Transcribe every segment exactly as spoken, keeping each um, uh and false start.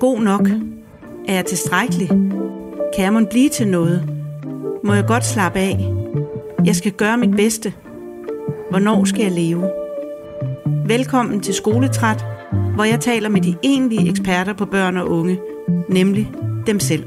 god nok? Er jeg tilstrækkelig? Kan jeg mon blive til noget? Må jeg godt slappe af? Jeg skal gøre mit bedste. Hvornår skal jeg leve? Velkommen til Skoletræt, hvor jeg taler med de egentlige eksperter på børn og unge, nemlig dem selv.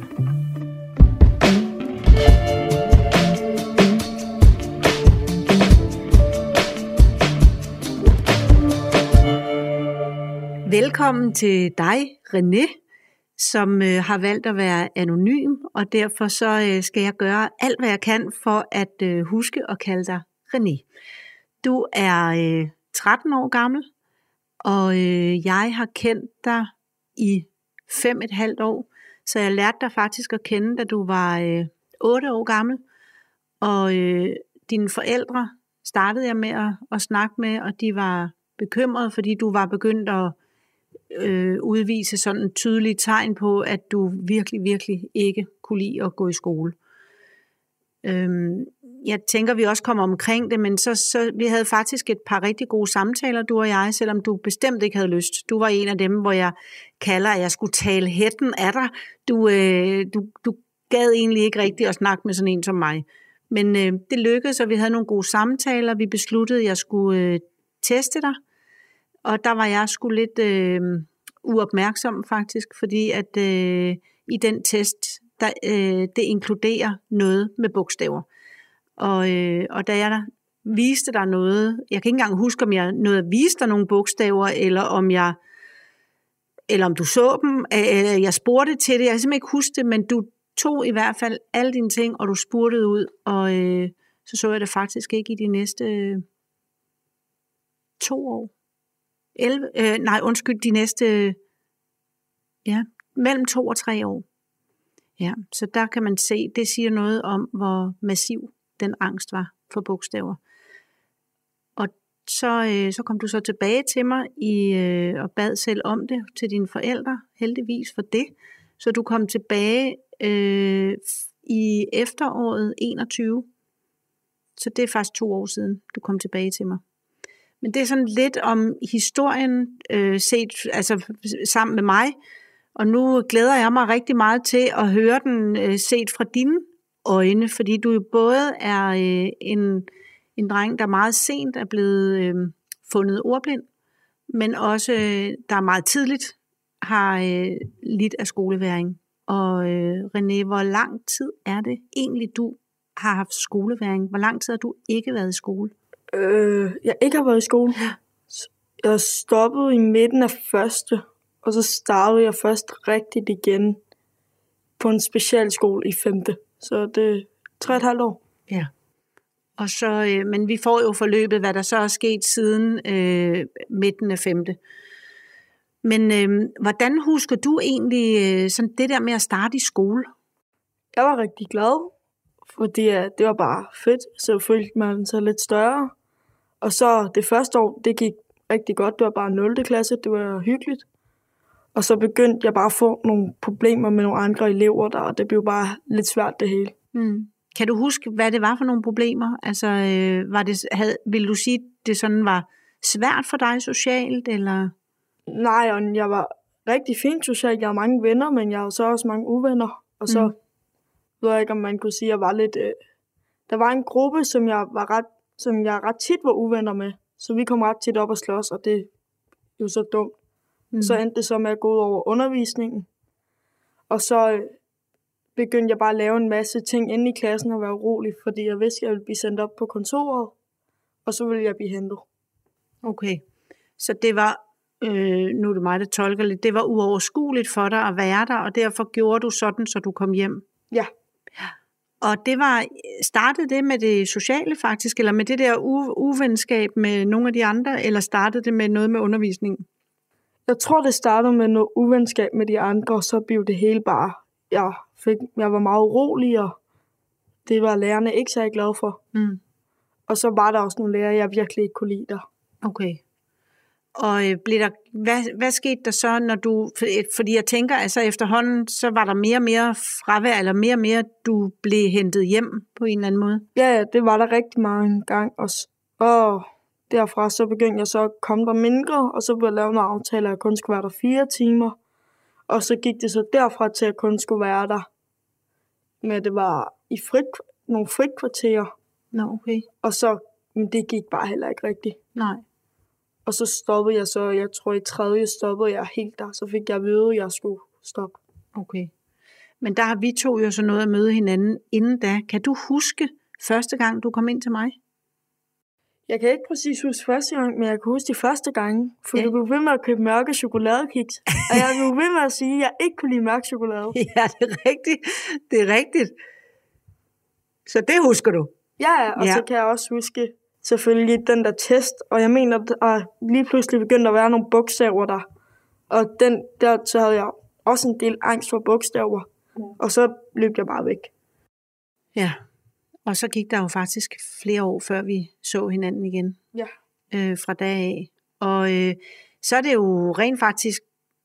Velkommen til dig, René, som øh, har valgt at være anonym, og derfor så øh, skal jeg gøre alt, hvad jeg kan for at øh, huske at kalde dig René. Du er øh, tretten år gammel, og øh, jeg har kendt dig i fem et halvt år, så jeg lærte dig faktisk at kende, da du var øh, otte år gammel, og øh, dine forældre startede jeg med at, at snakke med, og de var bekymrede, fordi du var begyndt at øh, udvise sådan en tydelig tegn på, at du virkelig, virkelig ikke kunne lide at gå i skole. Øhm, jeg tænker, vi også kommer omkring det, men så, så vi havde faktisk et par rigtig gode samtaler, du og jeg, selvom du bestemt ikke havde lyst. Du var en af dem, hvor jeg kalder, at jeg skulle tale hætten af dig. Du, øh, du, du gad egentlig ikke rigtigt at snakke med sådan en som mig. Men øh, det lykkedes, og vi havde nogle gode samtaler. Vi besluttede, at jeg skulle øh, teste dig. Og der var jeg sgu lidt øh, uopmærksom faktisk, fordi at øh, i den test, der, øh, det inkluderer noget med bogstaver. Og, øh, og da jeg der viste dig noget, jeg kan ikke engang huske, om jeg nåede at vise dig nogle bogstaver, eller om jeg, eller om du så dem, eller jeg spurgte til det, jeg kan simpelthen ikke huske det, men du tog i hvert fald alle dine ting, og du spurtede ud, og øh, så så jeg det faktisk ikke i de næste øh, to år. elleve, øh, nej, undskyld, de næste, ja, mellem to og tre år. Ja, så der kan man se, det siger noget om, hvor massiv den angst var for bogstaver. Og så, øh, så kom du så tilbage til mig i, øh, og bad selv om det til dine forældre, heldigvis for det. Så du kom tilbage øh, i efteråret enogtyve. Så det er faktisk to år siden, du kom tilbage til mig. Men det er sådan lidt om historien øh, set altså sammen med mig, og nu glæder jeg mig rigtig meget til at høre den øh, set fra dine øjne, fordi du jo både er øh, en, en dreng, der meget sent er blevet øh, fundet ordblind, men også øh, der meget tidligt har øh, lidt af skoleværing. Og øh, René, hvor lang tid er det egentlig, du har haft skoleværing? Hvor lang tid har du ikke været i skole? Øh, jeg ikke har været i skole. Jeg stoppede i midten af første, og så startede jeg først rigtigt igen på en specialskole i femte. Så det er tre og et halvt år. Ja. Og så, øh, men vi får jo forløbet, hvad der så er sket siden øh, midten af femte. Men øh, hvordan husker du egentlig øh, sådan det der med at starte i skole? Jeg var rigtig glad, fordi uh, det var bare fedt, så følte man sig lidt større. Og så det første år, det gik rigtig godt. Det var bare nul klasse, det var hyggeligt. Og så begyndte jeg bare at få nogle problemer med nogle andre elever der, og det blev bare lidt svært det hele. Mm. Kan du huske, hvad det var for nogle problemer? Altså, øh, var det, havde, vil du sige, det sådan var svært for dig socialt, eller? Nej, og jeg var rigtig fint socialt. Jeg havde mange venner, men jeg havde så også mange uvenner. Og så mm. ved jeg ikke, om man kunne sige, at jeg var lidt... Øh, der var en gruppe, som jeg var ret som jeg ret tit var uvenner med. Så vi kom ret tit op og slås, og det er jo så dumt. Mm. Så endte det så med at gå ud over undervisningen. Og så øh, begyndte jeg bare at lave en masse ting inde i klassen og være urolig, fordi jeg vidste, at jeg ville blive sendt op på kontoret, og så ville jeg blive hentet. Okay, så det var, øh, nu er det mig, der tolker lidt, det var uoverskueligt for dig at være der, og derfor gjorde du sådan, så du kom hjem? Ja. Og det var, startede det med det sociale faktisk, eller med det der u- uvenskab med nogle af de andre, eller startede det med noget med undervisningen? Jeg tror, det startede med noget uvenskab med de andre, og så blev det hele bare, jeg, fik, jeg var meget urolig, og det var lærerne ikke så glade for. Mm. Og så var der også nogle lærere, jeg virkelig ikke kunne lide der. Okay. Og øh, blev der, hvad, hvad skete der så, når du, fordi jeg tænker, altså efterhånden, så var der mere og mere fravær, eller mere og mere, du blev hentet hjem på en eller anden måde? Ja, ja, det var der rigtig mange gang også. Og derfra så begyndte jeg så at komme der mindre, og så blev jeg lavet nogle aftaler, at jeg kun skulle være der fire timer. Og så gik det så derfra til, at jeg kun skulle være der. Men det var i frit, nogle fritkvarterer. Nå, okay. Og så, men det gik bare heller ikke rigtigt. Nej. Og så stoppede jeg så, jeg tror i tredje stoppede jeg helt der. Så fik jeg at vide, at jeg skulle stoppe. Okay. Men der har vi to jo så noget at møde hinanden inden da. Kan du huske første gang, du kom ind til mig? Jeg kan ikke præcis huske første gang, men jeg kan huske de første gange. For Ja. du blev ved med at købe mørke chokoladekiks. Og jeg blev ved med at sige, at jeg ikke kunne lide mørk chokolade. Ja, det er rigtigt. Det er rigtigt. Så det husker du? Ja, ja, og Ja. så kan jeg også huske selvfølgelig den der test. Og jeg mener, at der lige pludselig begyndte at være nogle bogstaver der. Og den der, så havde jeg også en del angst for bogstaver. Og så løb jeg bare væk. Ja. Og så gik der jo faktisk flere år, før vi så hinanden igen. Ja. Øh, fra dag af. Og øh, så er det jo rent faktisk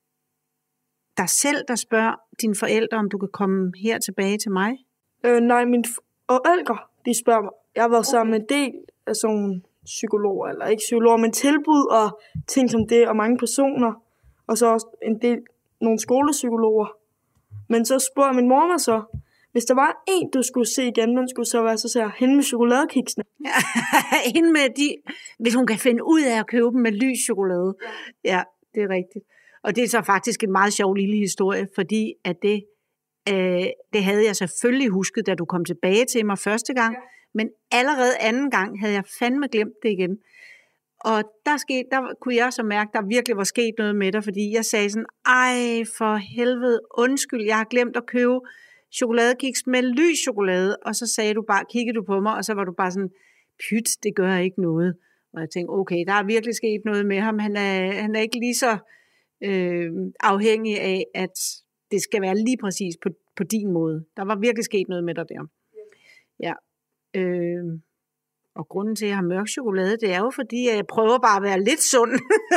dig selv, der spørger dine forældre, om du kan komme her tilbage til mig. Øh, nej, mine forældre, de spørger mig. Jeg har været okay. sammen med en del af sådan nogle psykologer, eller ikke psykologer, men tilbud og ting som det, og mange personer. Og så også en del, nogle skolepsykologer. Men så spørger min mor mig så, hvis der var en, du skulle se igen, den skulle så være, så siger hende med chokoladekiksene. Hende med de, hvis hun kan finde ud af at købe dem med lys chokolade. Ja. Ja, det er rigtigt. Og det er så faktisk en meget sjov lille historie, fordi at det, øh, det havde jeg selvfølgelig husket, da du kom tilbage til mig første gang, ja. Men allerede anden gang havde jeg fandme glemt det igen. Og der, skete, der kunne jeg så mærke, der virkelig var sket noget med dig, fordi jeg sagde sådan, ej for helvede, undskyld, jeg har glemt at købe chokoladekiks med lys chokolade, og så sagde du bare, kiggede du på mig, og så var du bare sådan, pyt, det gør ikke noget. Og jeg tænkte, okay, der er virkelig sket noget med ham, han er, han er ikke lige så øh, afhængig af, at det skal være lige præcis på, på din måde. Der var virkelig sket noget med dig der. Ja. Øh, og grunden til, at jeg har mørk chokolade, det er jo fordi, at jeg prøver bare at være lidt sund.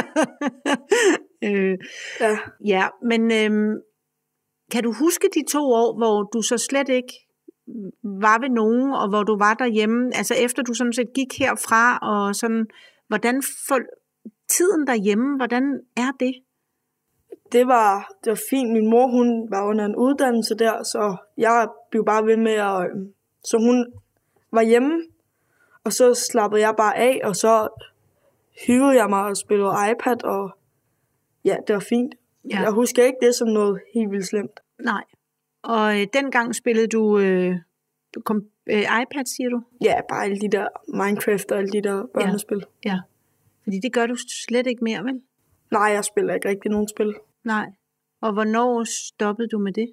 øh, Ja. Ja, men øh, kan du huske de to år, hvor du så slet ikke var ved nogen, og hvor du var derhjemme, altså efter du sådan set gik herfra, og sådan, hvordan for tiden derhjemme, hvordan er det? Det var, det var fint. Min mor, hun var under en uddannelse der, så jeg blev bare ved med at... Så hun var hjemme, og så slappede jeg bare af, og så hyggede jeg mig og spillede iPad, og ja, det var fint. Ja. Jeg husker ikke det som noget helt vildt slemt. Nej. Og øh, dengang spillede du, øh, du kom, øh, iPad, siger du? Ja, bare alle de der Minecraft og alle de der børnespil. Ja. Ja. Fordi det gør du slet ikke mere, vel? Nej, jeg spiller ikke rigtig nogen spil. Nej. Og hvornår stoppede du med det?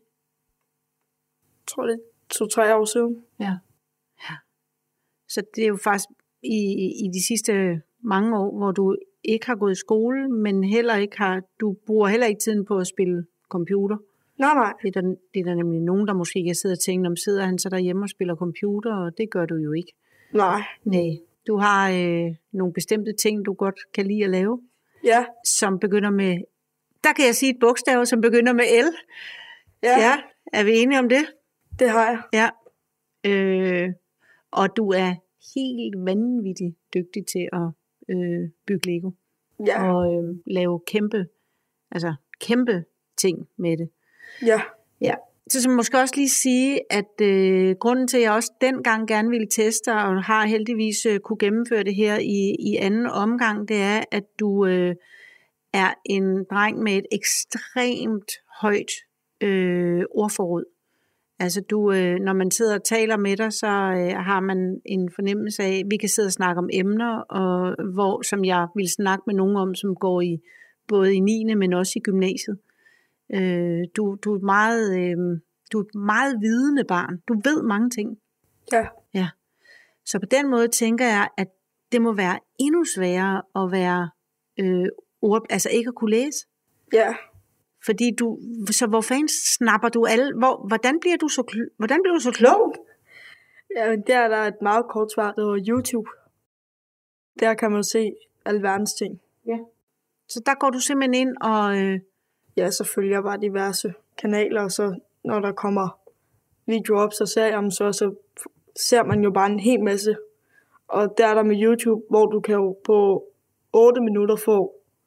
Jeg tror, det er to-tre år siden. Ja. Ja. Så det er jo faktisk i, i de sidste mange år, hvor du ikke har gået i skole, men heller ikke har, du bruger heller ikke tiden på at spille computer. Nej, nej. Det er der, det er der nemlig nogen, der måske kan sidde og tænke, om sidder han så derhjemme og spiller computer, og det gør du jo ikke. Nej. Nej. Du har øh, nogle bestemte ting, du godt kan lide at lave, Ja. som begynder med, der kan jeg sige et bogstav, som begynder med L. Ja, Ja, er vi enige om det? det har jeg. Ja. Øh, og du er helt vanvittigt dygtig til at øh, bygge Lego. Ja. Og øh, lave kæmpe, altså kæmpe ting med det. Ja. Ja. Så som måske også lige sige, at øh, grunden til, at jeg også dengang gerne ville teste, og har heldigvis øh, kunne gennemføre det her i, i anden omgang, det er, at du øh, er en dreng med et ekstremt højt øh, ordforråd. Altså du, øh, når man sidder og taler med dig, så øh, har man en fornemmelse af, at vi kan sidde og snakke om emner, og hvor, som jeg vil snakke med nogen om, som går i både i niende, men også i gymnasiet. Øh, du, du, er meget, øh, du er et meget vidende barn. Du ved mange ting. Ja. Ja. Så på den måde tænker jeg, at det må være endnu sværere at være øh, ord, altså ikke at kunne læse. Ja. Fordi du, så hvor fanden snapper du alle, hvor, hvordan bliver du så, kl- hvordan bliver du så klog? Ja, men der er der et meget kort svar, der hedder YouTube. Der kan man se alverdens ting. Ja. Så der går du simpelthen ind og... Øh, Ja, så følger jeg bare diverse kanaler, og så når der kommer videoer op, så ser jeg dem, så, så ser man jo bare en hel masse. Og der er der med YouTube, hvor du kan jo på otte minutter få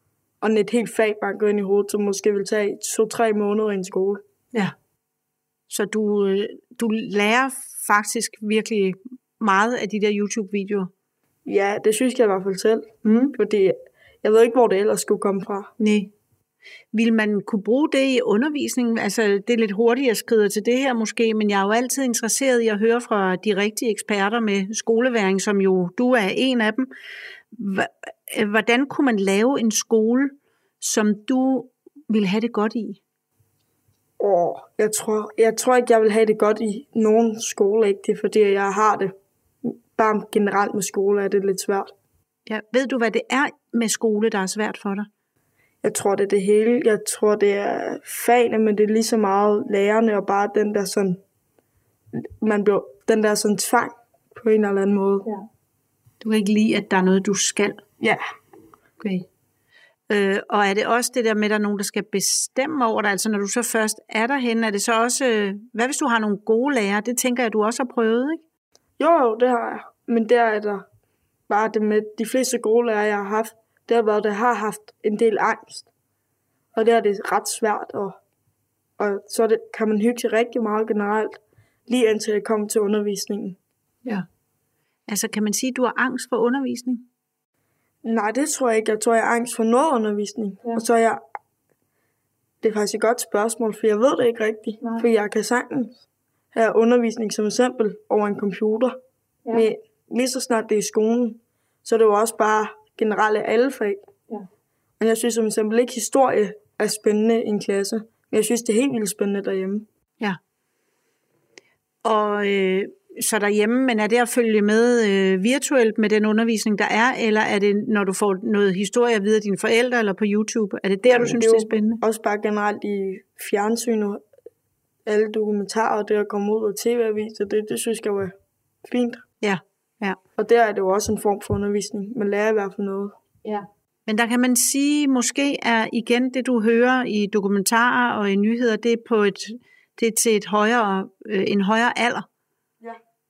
og et helt fag bare gå ind i hovedet, som måske vil tage to-tre måneder i en skole. Ja. Så du, øh, du lærer faktisk virkelig meget af de der YouTube-videoer? Ja, det synes jeg i hvert fald selv. Mm. Fordi jeg ved ikke, hvor det ellers skulle komme fra. Nej. Vil man kunne bruge det i undervisningen? Altså, det er lidt hurtigt, jeg skrider til det her måske, men jeg er jo altid interesseret i at høre fra de rigtige eksperter med skoleværing, som jo du er en af dem. Hvordan kunne man lave en skole, som du vil have det godt i? Åh, jeg tror, jeg tror ikke, jeg vil have det godt i nogen skole, ikke det, fordi jeg har det. Bare generelt med skole er det lidt svært. Ja, ved du, hvad det er med skole, der er svært for dig? Jeg tror, det er det hele. Jeg tror, det er fagene, men det er lige så meget lærerne, og bare den der sådan, man bliver, den der sådan tvang på en eller anden måde. Ja. Du kan ikke lide, at der er noget, du skal? Ja. Okay. Øh, og er det også det der med, at der er nogen, der skal bestemme over dig? Altså når du så først er derhen, er det så også, øh, hvad hvis du har nogle gode lærere? Det tænker jeg, du også har prøvet, ikke? Jo, jo, det har jeg. Men der er der bare det med, de fleste gode lærere, jeg har haft, det har været, der har haft en del angst. Og der er det ret svært, og, og så det, kan man hygge sig rigtig meget generelt, lige indtil jeg kommer til undervisningen. Ja. Altså kan man sige, at du har angst for undervisning? Nej, det tror jeg ikke. Jeg tror, jeg har angst for noget undervisning. Ja. Og så er jeg... Det er faktisk et godt spørgsmål, for jeg ved det ikke rigtigt. Nej. For jeg kan sagtens have undervisning som eksempel over en computer. Ja. Men lige så snart det er i skolen, så er det jo også bare generelt alle fag. Ja. Men jeg synes som eksempel ikke, historie er spændende i en klasse. Men jeg synes, det er helt vildt spændende derhjemme. Ja. Og øh, så derhjemme, men er det at følge med øh, virtuelt med den undervisning, der er, eller er det, når du får noget historie videre af dine forældre, eller på YouTube? Er det der, Jamen, du synes, det er, det er spændende? Også bare generelt i fjernsynet, alle dokumentarer, det at komme ud og tv-aviser, det, det synes jeg var fint. Ja, ja. Og der er det jo også en form for undervisning. Man lærer i hvert fald noget. Ja. Men der kan man sige, måske er igen det, du hører i dokumentarer og i nyheder, det er på et, det er til et højere, øh, en højere alder. Ja.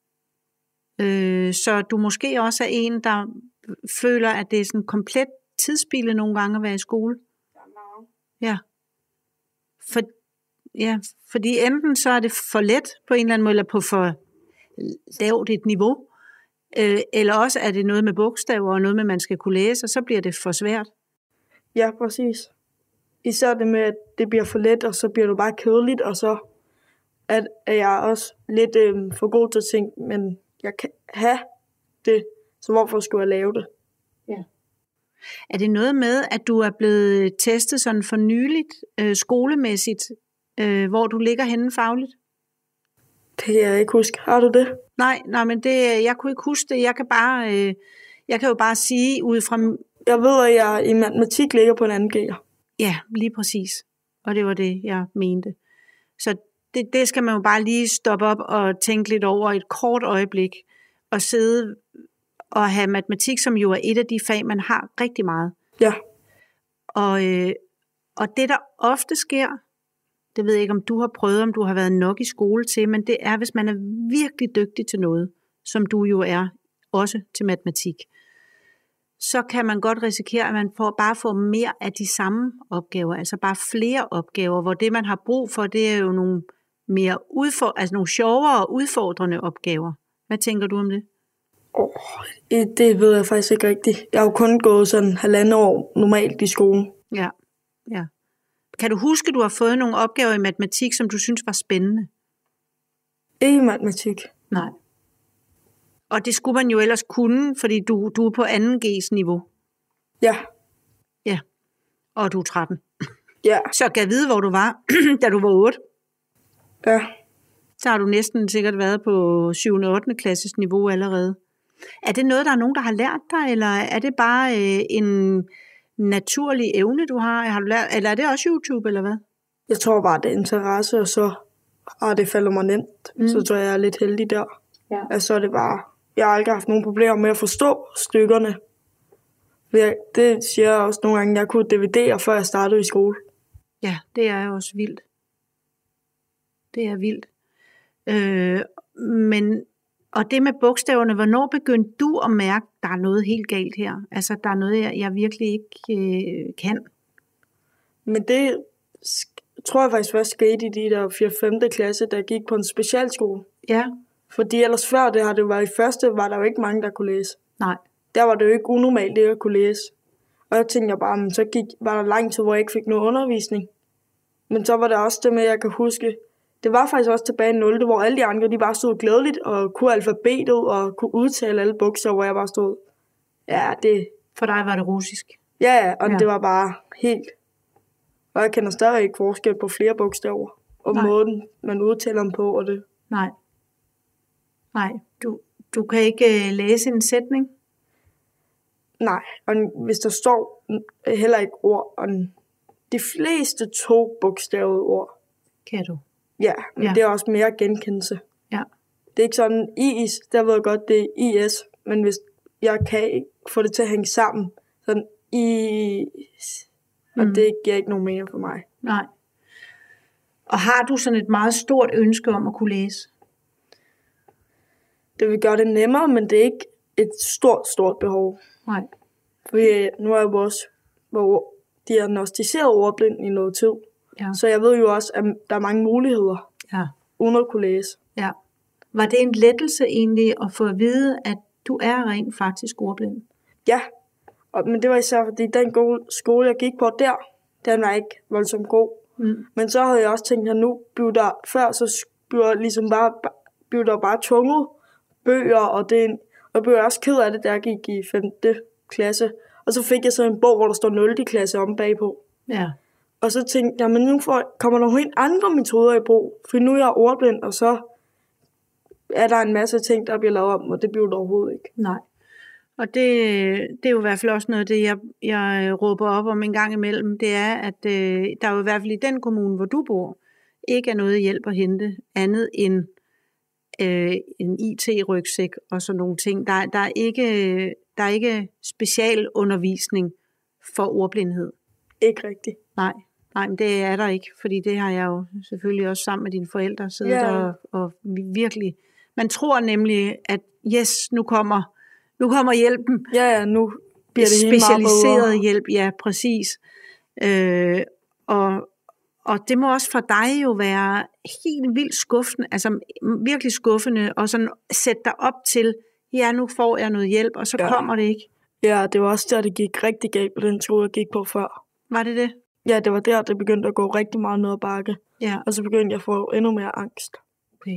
Øh, så du måske også er en, der føler, at det er sådan komplet tidsspilde nogle gange at være i skole. Ja. For, ja, fordi enten så er det for let på en eller anden måde, eller på for lavt et niveau, øh, eller også er det noget med bogstaver og noget med, man skal kunne læse, og så bliver det for svært. Ja, præcis. Især det med, at det bliver for let, og så bliver det bare kedeligt, og så at, er jeg også lidt øh, for god til ting, men jeg kan have det, så hvorfor skulle jeg lave det? Ja. Er det noget med, at du er blevet testet sådan for nyligt, øh, skolemæssigt, øh, hvor du ligger henne fagligt? Det kan jeg ikke huske. Har du det? Nej, nej, men det, jeg kunne ikke huske det. Jeg kan bare, øh, jeg kan jo bare sige ud fra... Jeg ved, at jeg i matematik ligger på en anden gear. Ja, lige præcis. Og det var det, jeg mente. Så det, det skal man jo bare lige stoppe op og tænke lidt over et kort øjeblik, og sidde og have matematik, som jo er et af de fag, man har rigtig meget. Ja. Og, øh, og det, der ofte sker, det ved jeg ikke, om du har prøvet, om du har været nok i skole til, men det er, hvis man er virkelig dygtig til noget, som du jo er, også til matematik, så kan man godt risikere, at man får, bare får mere af de samme opgaver, altså bare flere opgaver, hvor det, man har brug for, det er jo nogle mere udfor, altså nogle sjovere og udfordrende opgaver. Hvad tænker du om det? Oh, det ved jeg faktisk ikke rigtigt. Jeg har jo kun gået sådan halvandet år normalt i skolen. Ja, ja. Kan du huske, at du har fået nogle opgaver i matematik, som du synes var spændende? Ikke i matematik. Nej. Og det skulle man jo ellers kunne, fordi du, du er på anden G's niveau. Ja. Ja, og du er tretten. Ja. Så kan jeg vide, hvor du var, da du var otte. Ja. Så har du næsten sikkert været på syvende og ottende klasses niveau allerede. Er det noget, der er nogen, der har lært dig, eller er det bare øh, en naturlig evne, du har? Har du lært, eller er det også YouTube, eller hvad? Jeg tror bare, det er interesse, og så ah, det falder mig nemt. Mm. Så tror jeg, jeg er lidt heldig der. Ja. Altså, så er det bare... Jeg har aldrig haft nogen problemer med at forstå stykkerne. Det siger jeg også nogle gange, jeg kunne D V D'er, før jeg startede i skole. Ja, det er også vildt. Det er vildt. Øh, men, og det med bogstaverne, hvornår begyndte du at mærke, der er noget helt galt her? Altså, der er noget, jeg, jeg virkelig ikke øh, kan? Men det sk- tror jeg faktisk først skete i de der fjerde femte klasse, der gik på en specialskole. Ja. Fordi ellers før det har det jo været i første, var der jo ikke mange, der kunne læse. Nej. Der var det jo ikke unormalt, det at kunne læse. Og jeg tænkte bare, men så gik, var der lang tid, hvor jeg ikke fik noget undervisning. Men så var der også det med, jeg kan huske, det var faktisk også tilbage i nul, hvor alle de andre, de bare stod glædeligt og kunne alfabetet og kunne udtale alle bogstaver, hvor jeg bare stod. Ja, det... For dig var det russisk? Ja, og ja. Det var bare helt... Og jeg kender stadig ikke forskel på flere bogstaver. Og Nej. Måden, man udtaler dem på, og det... Nej. Nej, du, du kan ikke uh, læse en sætning? Nej, og hvis der står heller ikke ord, og de fleste to bogstavede ord. Kan du? Ja, men ja. Det er også mere genkendelse. Ja. Det er ikke sådan, I S, der ved jeg godt, det er I S, men hvis jeg kan ikke få det til at hænge sammen, sådan I S, og mm. det giver ikke nogen mening for mig. Nej. Og har du sådan et meget stort ønske om at kunne læse? Det vil gøre det nemmere, men det er ikke et stort, stort behov. Nej. Fordi nu er jeg jo også hvor diagnostiseret ordblind i noget tid. Ja. Så jeg ved jo også, at der er mange muligheder, ja. uden at kunne læse. Ja. Var det en lettelse egentlig at få at vide, at du er rent faktisk ordblind? Ja, og, men det var især fordi den gode skole, jeg gik på der, den var ikke voldsomt god. Mm. Men så havde jeg også tænkt, at nu blev der, før så blev ligesom bare, blev der bare tvunget bøger, og det, og jeg blev også ked af det, da jeg gik i femte klasse. Og så fik jeg så en bog, hvor der står nul klasse om bagpå. Ja. Og så tænkte jeg, men nu får, kommer der helt andre metoder i brug, for nu er jeg ordblind, og så er der en masse ting, der bliver lavet om, og det bliver der overhovedet ikke. Nej. Og det, det er jo i hvert fald også noget af det, jeg, jeg råber op om en gang imellem, det er, at øh, der jo i hvert fald i den kommune, hvor du bor, ikke er noget hjælp at hente, andet end øh, en I T-rygsæk og sådan nogle ting. Der, der, er ikke, der er ikke specialundervisning for ordblindhed. Ikke rigtigt. Nej. Nej, men det er der ikke, fordi det har jeg jo selvfølgelig også sammen med dine forældre siddet ja. og, og virkelig... Man tror nemlig, at yes, nu kommer, nu kommer hjælpen. Ja, ja, nu bliver det specialiseret hjælp, ja, præcis. Øh, og, og det må også for dig jo være helt vildt skuffende, altså virkelig skuffende, og sådan sætte dig op til, ja, nu får jeg noget hjælp, og så ja. kommer det ikke. Ja, det var også der, det gik rigtig galt på den skole, jeg gik på før. Var det det? Ja, det var der, det begyndte at gå rigtig meget ned ad bakke. Ja. Og så begyndte jeg at få endnu mere angst. Okay.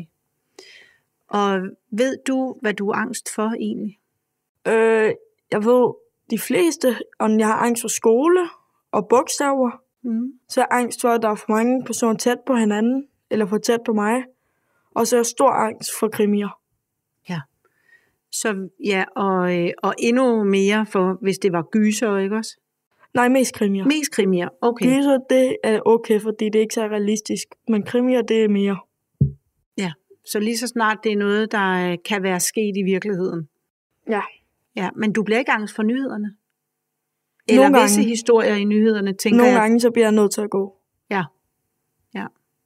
Og ved du, hvad du er angst for egentlig? Øh, jeg ved de fleste, om jeg har angst for skole og bogstaver. Mm. Så er jeg angst for, at der er for mange personer tæt på hinanden, eller for tæt på mig. Og så er jeg stor angst for krimier. Ja. Så ja, og, og endnu mere for, hvis det var gyser, ikke også? Nej, mest krimier. Mest krimier, okay. Gyser, det er okay, fordi det er ikke så realistisk. Men krimier, det er mere. Ja, så lige så snart det er noget, der kan være sket i virkeligheden. Ja. Ja, men du bliver ikke angst for nyhederne? Eller Nogle visse gange. historier i nyhederne, tænker Nogle jeg. Nogle gange, så bliver jeg nødt til at gå. Ja, ja.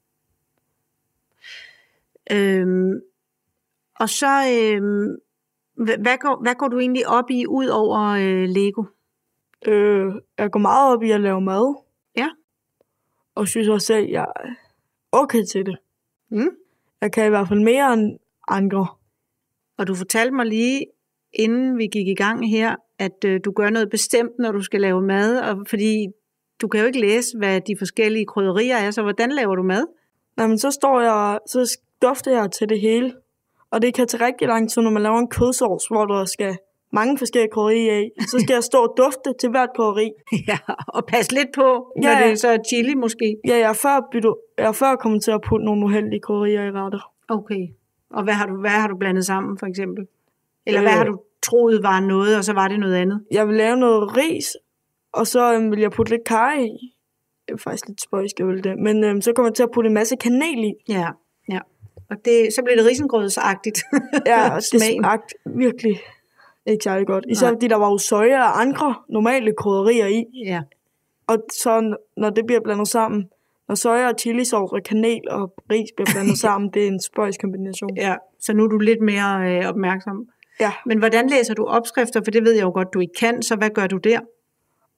Øhm, og så, øhm, hvad, går, hvad går du egentlig op i, ud over øh, Lego? Øh, jeg går meget op i at lave mad. Ja. Og synes også selv, jeg er okay til det. Mm. Jeg kan i hvert fald mere end andre. Og du fortalte mig lige, inden vi gik i gang her, at øh, du gør noget bestemt, når du skal lave mad, og fordi du kan jo ikke læse, hvad de forskellige krydderier er, så hvordan laver du mad? Nej, men så står jeg, så dufter jeg til det hele. Og det kan tage rigtig lang tid, når man laver en kødsovs, hvor der skal mange forskellige krydderier i. Så skal jeg stå og dufte til hvert krydderi. Ja, og passe lidt på, når ja. det så er chili måske. Ja, jeg er før, bytte, jeg er før kommet til at putte nogle uheldige krydderier i retter. Okay. Og hvad har du, hvad har du blandet sammen, for eksempel? Eller øh, hvad har du troet var noget, og så var det noget andet? Jeg vil lave noget ris, og så øhm, vil jeg putte lidt karry i. Det er faktisk lidt spøjsk, jeg vil det. Men øhm, så kommer jeg til at putte en masse kanel i. Ja, ja. Og det, så bliver det risengrødsagtigt. Ja, det smagte virkelig ikke særlig godt. Især Nej. fordi der var jo soja og andre normale krydderier i. Ja. Og så når det bliver blandet sammen, når soja og chilisauce og kanel og ris bliver blandet sammen, det er en spøjs kombination. Ja, så nu er du lidt mere øh, opmærksom. Ja. Men hvordan læser du opskrifter? For det ved jeg jo godt, du ikke kan, så hvad gør du der?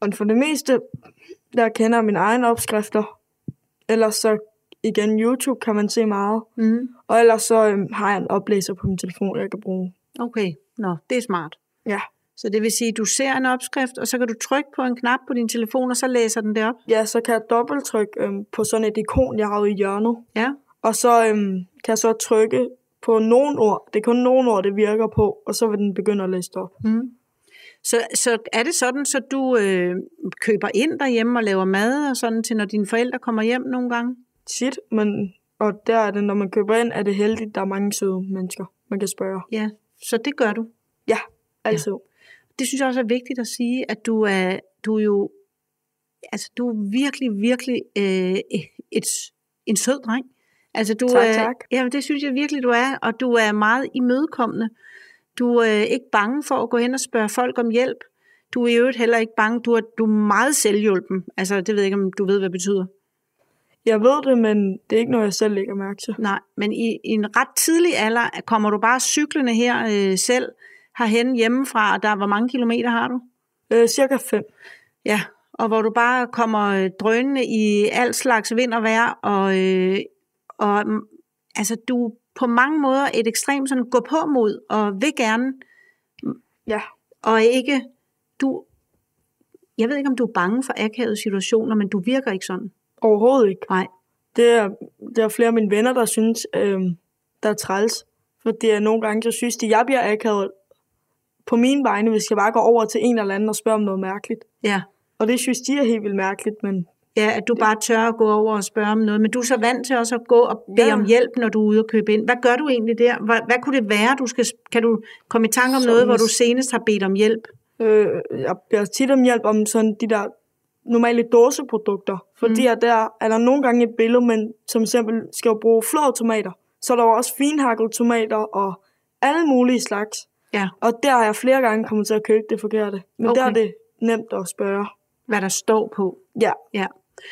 Og for det meste, der kender jeg mine egne opskrifter. Ellers så igen YouTube kan man se meget. Mm. Og ellers så øhm, har jeg en oplæser på min telefon, jeg kan bruge. Okay, nå, det er smart. Ja. Så det vil sige, at du ser en opskrift, og så kan du trykke på en knap på din telefon, og så læser den det op? Ja, så kan jeg dobbelttrykke øhm, på sådan et ikon, jeg har ude i hjørnet. Ja. Og så øhm, kan jeg så trykke på nogle ord. Det er kun nogle ord, det virker på, og så vil den begynde at læse det op. Mm. Så, så er det sådan, så du øh, køber ind derhjemme og laver mad og sådan til, når dine forældre kommer hjem nogle gange? Tit, men og der er det, når man køber ind, er det heldigt, der er mange søde mennesker, man kan spørge. Ja, så det gør du? Ja, altid. Ja. Det synes jeg også er vigtigt at sige, at du er, du er jo, altså du er virkelig, virkelig øh, et, en sød dreng. Altså, du tak, er, tak. Ja, det synes jeg virkelig, du er, og du er meget imødekommende. Du er ikke bange for at gå hen og spørge folk om hjælp. Du er i øvrigt heller ikke bange. Du er, du er meget selvhjulpen. Altså, det ved jeg ikke, om du ved, hvad det betyder. Jeg ved det, men det er ikke noget, jeg selv lægger mærke til. Nej, men i, i en ret tidlig alder kommer du bare cyklende her øh, selv herhen hjemmefra, og der, hvor mange kilometer har du? Øh, cirka fem. Ja, og hvor du bare kommer drønende i al slags vind og vejr, og, øh, og altså, du er på mange måder et ekstremt sådan gå på mod, og vil gerne. Ja. Og ikke, du, jeg ved ikke, om du er bange for akavede situationer, men du virker ikke sådan. Overhovedet ikke. Nej. Det er, der er flere af mine venner, der synes, øh, der er træls. Fordi jeg nogle gange, så synes de, jeg bliver akavet på mine vegne, hvis jeg bare går over til en eller anden og spørger om noget mærkeligt. Ja. Og det synes de er helt vildt mærkeligt, men... Ja, at du bare tør at gå over og spørge om noget, men du er så vant til også at gå og bede ja. om hjælp, når du er ude og købe ind. Hvad gør du egentlig der? Hvad, hvad kunne det være, du skal... Kan du komme i tanke om så noget, hvor du senest har bedt om hjælp? Øh, jeg beder tit om hjælp om sådan de der normale dåseprodukter. Fordi mm. der er der nogle gange et billede, men som eksempel skal jo bruge flåtomater. Så er der også finhakkede tomater og alle mulige slags. Ja. Og der har jeg flere gange kommet til at købe det forkerte. Men okay. Der er det nemt at spørge. Hvad der står på? Ja. Ja.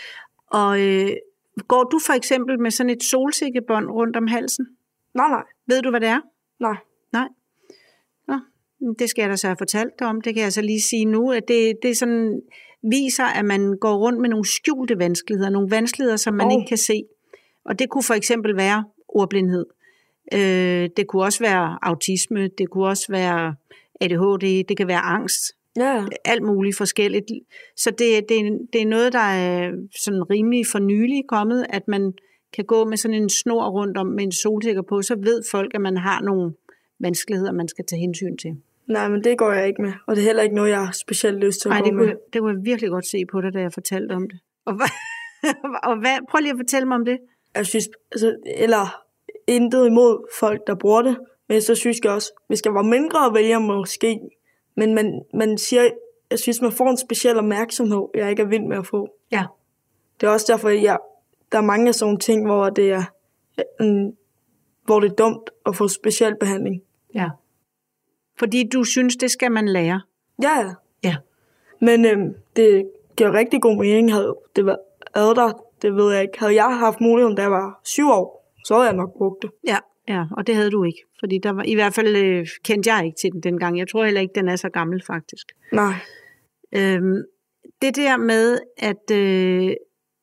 Og øh, går du for eksempel med sådan et solsikkebånd rundt om halsen? Nej, nej. Ved du, hvad det er? Nej. Nej. Nå, det skal jeg da så have fortalt dig om. Det kan jeg så lige sige nu, at det, det sådan viser, at man går rundt med nogle skjulte vanskeligheder. Nogle vanskeligheder, som man oh. ikke kan se. Og det kunne for eksempel være ordblindhed. Øh, det kunne også være autisme. Det kunne også være A D H D. Det kan være angst. Ja. Alt muligt forskelligt. Så det, det, det er noget, der er sådan rimelig for nylig kommet, at man kan gå med sådan en snor rundt om med en solsikker på, så ved folk, at man har nogle vanskeligheder, man skal tage hensyn til. Nej, men det går jeg ikke med, og det er heller ikke noget, jeg har specielt lyst til at Ej, gå det med. kunne, det kunne jeg virkelig godt se på dig, da jeg fortalte om det. Og, hvad, og hvad, prøv lige at fortælle mig om det. Jeg synes, altså, eller intet imod folk, der bruger det, men så synes jeg også, vi skal være mindre at vælge måske. Men man, man siger, jeg synes, man får en speciel opmærksomhed, jeg ikke er vild med at få. Ja. Det er også derfor, jeg, der er mange af sådan ting, hvor det er, mm, hvor det er dumt at få speciel behandling. Ja. Fordi du synes, det skal man lære. Ja, ja. Ja. Men øhm, det giver rigtig god mening, havde det været der, det ved jeg ikke. Havde jeg haft muligheden, da jeg var syv år, så havde jeg nok brugt det. Ja. Ja, og det havde du ikke, fordi der var, i hvert fald øh, kendte jeg ikke til den dengang. Jeg tror heller ikke, den er så gammel faktisk. Nej. Øhm, det der med at, øh,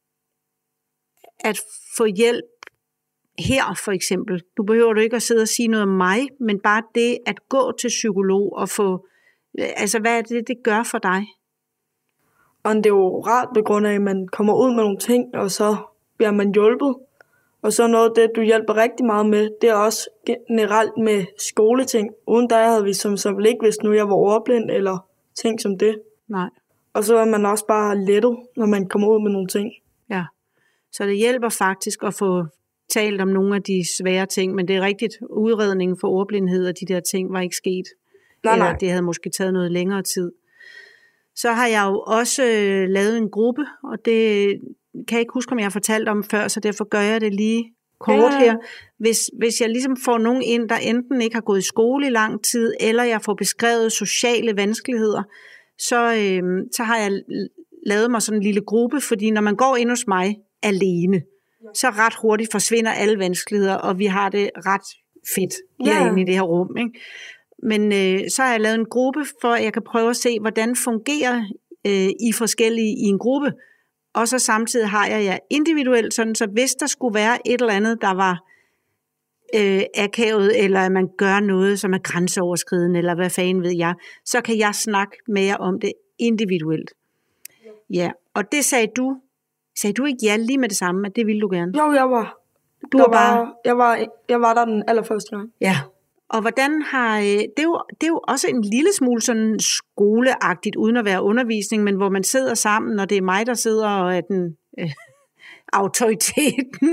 at få hjælp her for eksempel, nu behøver du ikke at sidde og sige noget om mig, men bare det at gå til psykolog og få, altså hvad er det, det gør for dig? Og det er jo rart på grund af, at man kommer ud med nogle ting, og så bliver man hjulpet. Og så noget af det, du hjælper rigtig meget med, det er også generelt med skoleting. Uden der havde vi som som ikke, hvis nu jeg var ordblind, eller ting som det. Nej. Og så er man også bare lettet, når man kommer ud med nogle ting. Ja, så det hjælper faktisk at få talt om nogle af de svære ting, men det er rigtigt, udredningen for ordblindhed og de der ting var ikke sket. Nej, eller nej. det havde måske taget noget længere tid. Så har jeg jo også øh, lavet en gruppe, og det kan jeg ikke huske, om jeg har fortalt om før, så derfor gør jeg det lige kort ja. her. Hvis, hvis jeg ligesom får nogen ind, der enten ikke har gået i skole i lang tid, eller jeg får beskrevet sociale vanskeligheder, så, øh, så har jeg lavet mig sådan en lille gruppe, fordi når man går ind hos mig alene, så ret hurtigt forsvinder alle vanskeligheder, og vi har det ret fedt herinde ja. i det her rum. Ikke? Men øh, så har jeg lavet en gruppe, for at jeg kan prøve at se, hvordan fungerer øh, I forskellige i en gruppe, og så samtidig har jeg jer individuelt, sådan så hvis der skulle være et eller andet, der var øh, akavet, eller at man gør noget, som er grænseoverskridende, eller hvad fanden ved jeg, så kan jeg snakke med jer om det individuelt. Ja, og det sagde du, sagde du ikke ja lige med det samme, at det ville du gerne? Jo, jeg var, Du der var bare... var, jeg, var, jeg var der den allerførste gang. Ja. Og hvordan har, det er, jo, det er jo også en lille smule sådan skoleagtigt, uden at være undervisning, men hvor man sidder sammen, og det er mig, der sidder og er den øh, autoriteten.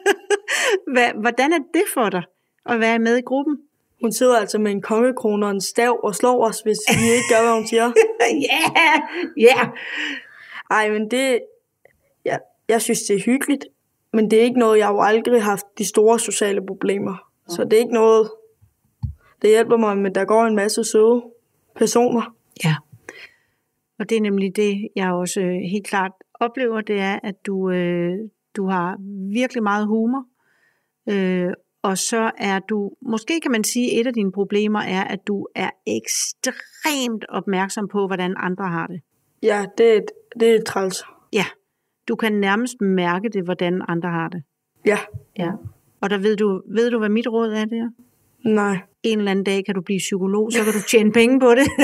Hvordan er det for dig at være med i gruppen? Hun sidder altså med en kongekrone og en stav og slår os, hvis vi ikke gør, hvad hun siger. Ja, ja. Ej, men det... Ja, jeg synes, det er hyggeligt, men det er ikke noget, jeg har jo aldrig haft de store sociale problemer. Så det er ikke noget... Det hjælper mig, men der går en masse søde personer. Ja, og det er nemlig det, jeg også øh, helt klart oplever, det er, at du, øh, du har virkelig meget humor, øh, og så er du, måske kan man sige, et af dine problemer er, at du er ekstremt opmærksom på, hvordan andre har det. Ja, det er, det er træls. Ja, du kan nærmest mærke det, hvordan andre har det. Ja. Ja. Og der ved du, ved du, hvad mit råd er der? Nej. En eller anden dag kan du blive psykolog, så kan du tjene penge på det.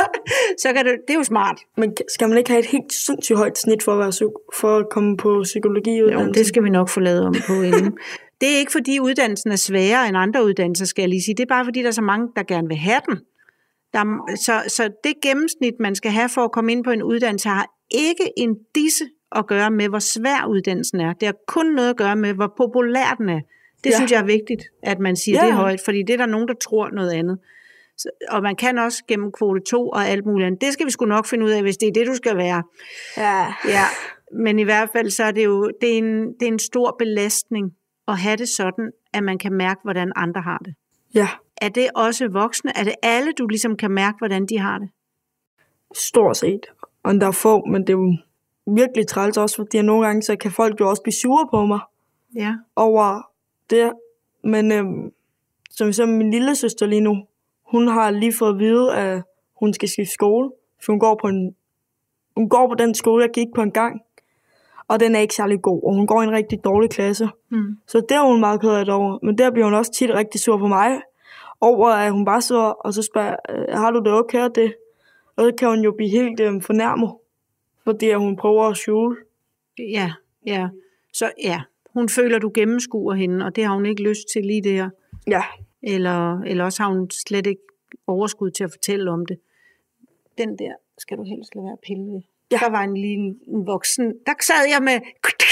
Så kan du, det er jo smart. Men skal man ikke have et helt sindssygt højt snit for at, være psy- for at komme på psykologiuddannelsen? Jo, det skal vi nok få lavet om på inden. Det er ikke fordi uddannelsen er sværere end andre uddannelser, skal jeg lige sige. Det er bare fordi, der er så mange, der gerne vil have den. Der er, så, så det gennemsnit, man skal have for at komme ind på en uddannelse, har ikke en disse at gøre med, hvor svær uddannelsen er. Det har kun noget at gøre med, hvor populær den er. Det ja. synes jeg er vigtigt, at man siger ja. det højt, fordi det er der nogen, der tror noget andet. Så, og man kan også gennem kvote to og alt muligt andet. Det skal vi sgu nok finde ud af, hvis det er det, du skal være. Ja. Ja. Men i hvert fald, så er det jo det er en, det er en stor belastning at have det sådan, at man kan mærke, hvordan andre har det. Ja. Er det også voksne? Er det alle, du ligesom kan mærke, hvordan de har det? Stort set. Og der er få, men det er jo virkelig træls også, fordi nogle gange, så kan folk jo også blive sure på mig. Ja. Over det. Men øhm, som så min lille søster lige nu, hun har lige fået at vide, at hun skal skifte skole. For hun går på en, hun går på den skole, jeg gik på en gang. Og den er ikke særlig god, og hun går i en rigtig dårlig klasse. Mm. Så det er hun meget ked af det over. Men der bliver hun også tit rigtig sur på mig, over at hun bare sidder og så spørger, har du det okay af det? Og så kan hun jo blive helt øhm, fornærmet, fordi hun prøver at skjule. Ja, ja. Så ja, hun føler, du gennemskuer hende, og det har hun ikke lyst til lige der. Ja. Eller, eller også har hun slet ikke overskud til at fortælle om det. Den der skal du helst lade være at pille ved. Ja. Der var en lille en voksen, der sad jeg med,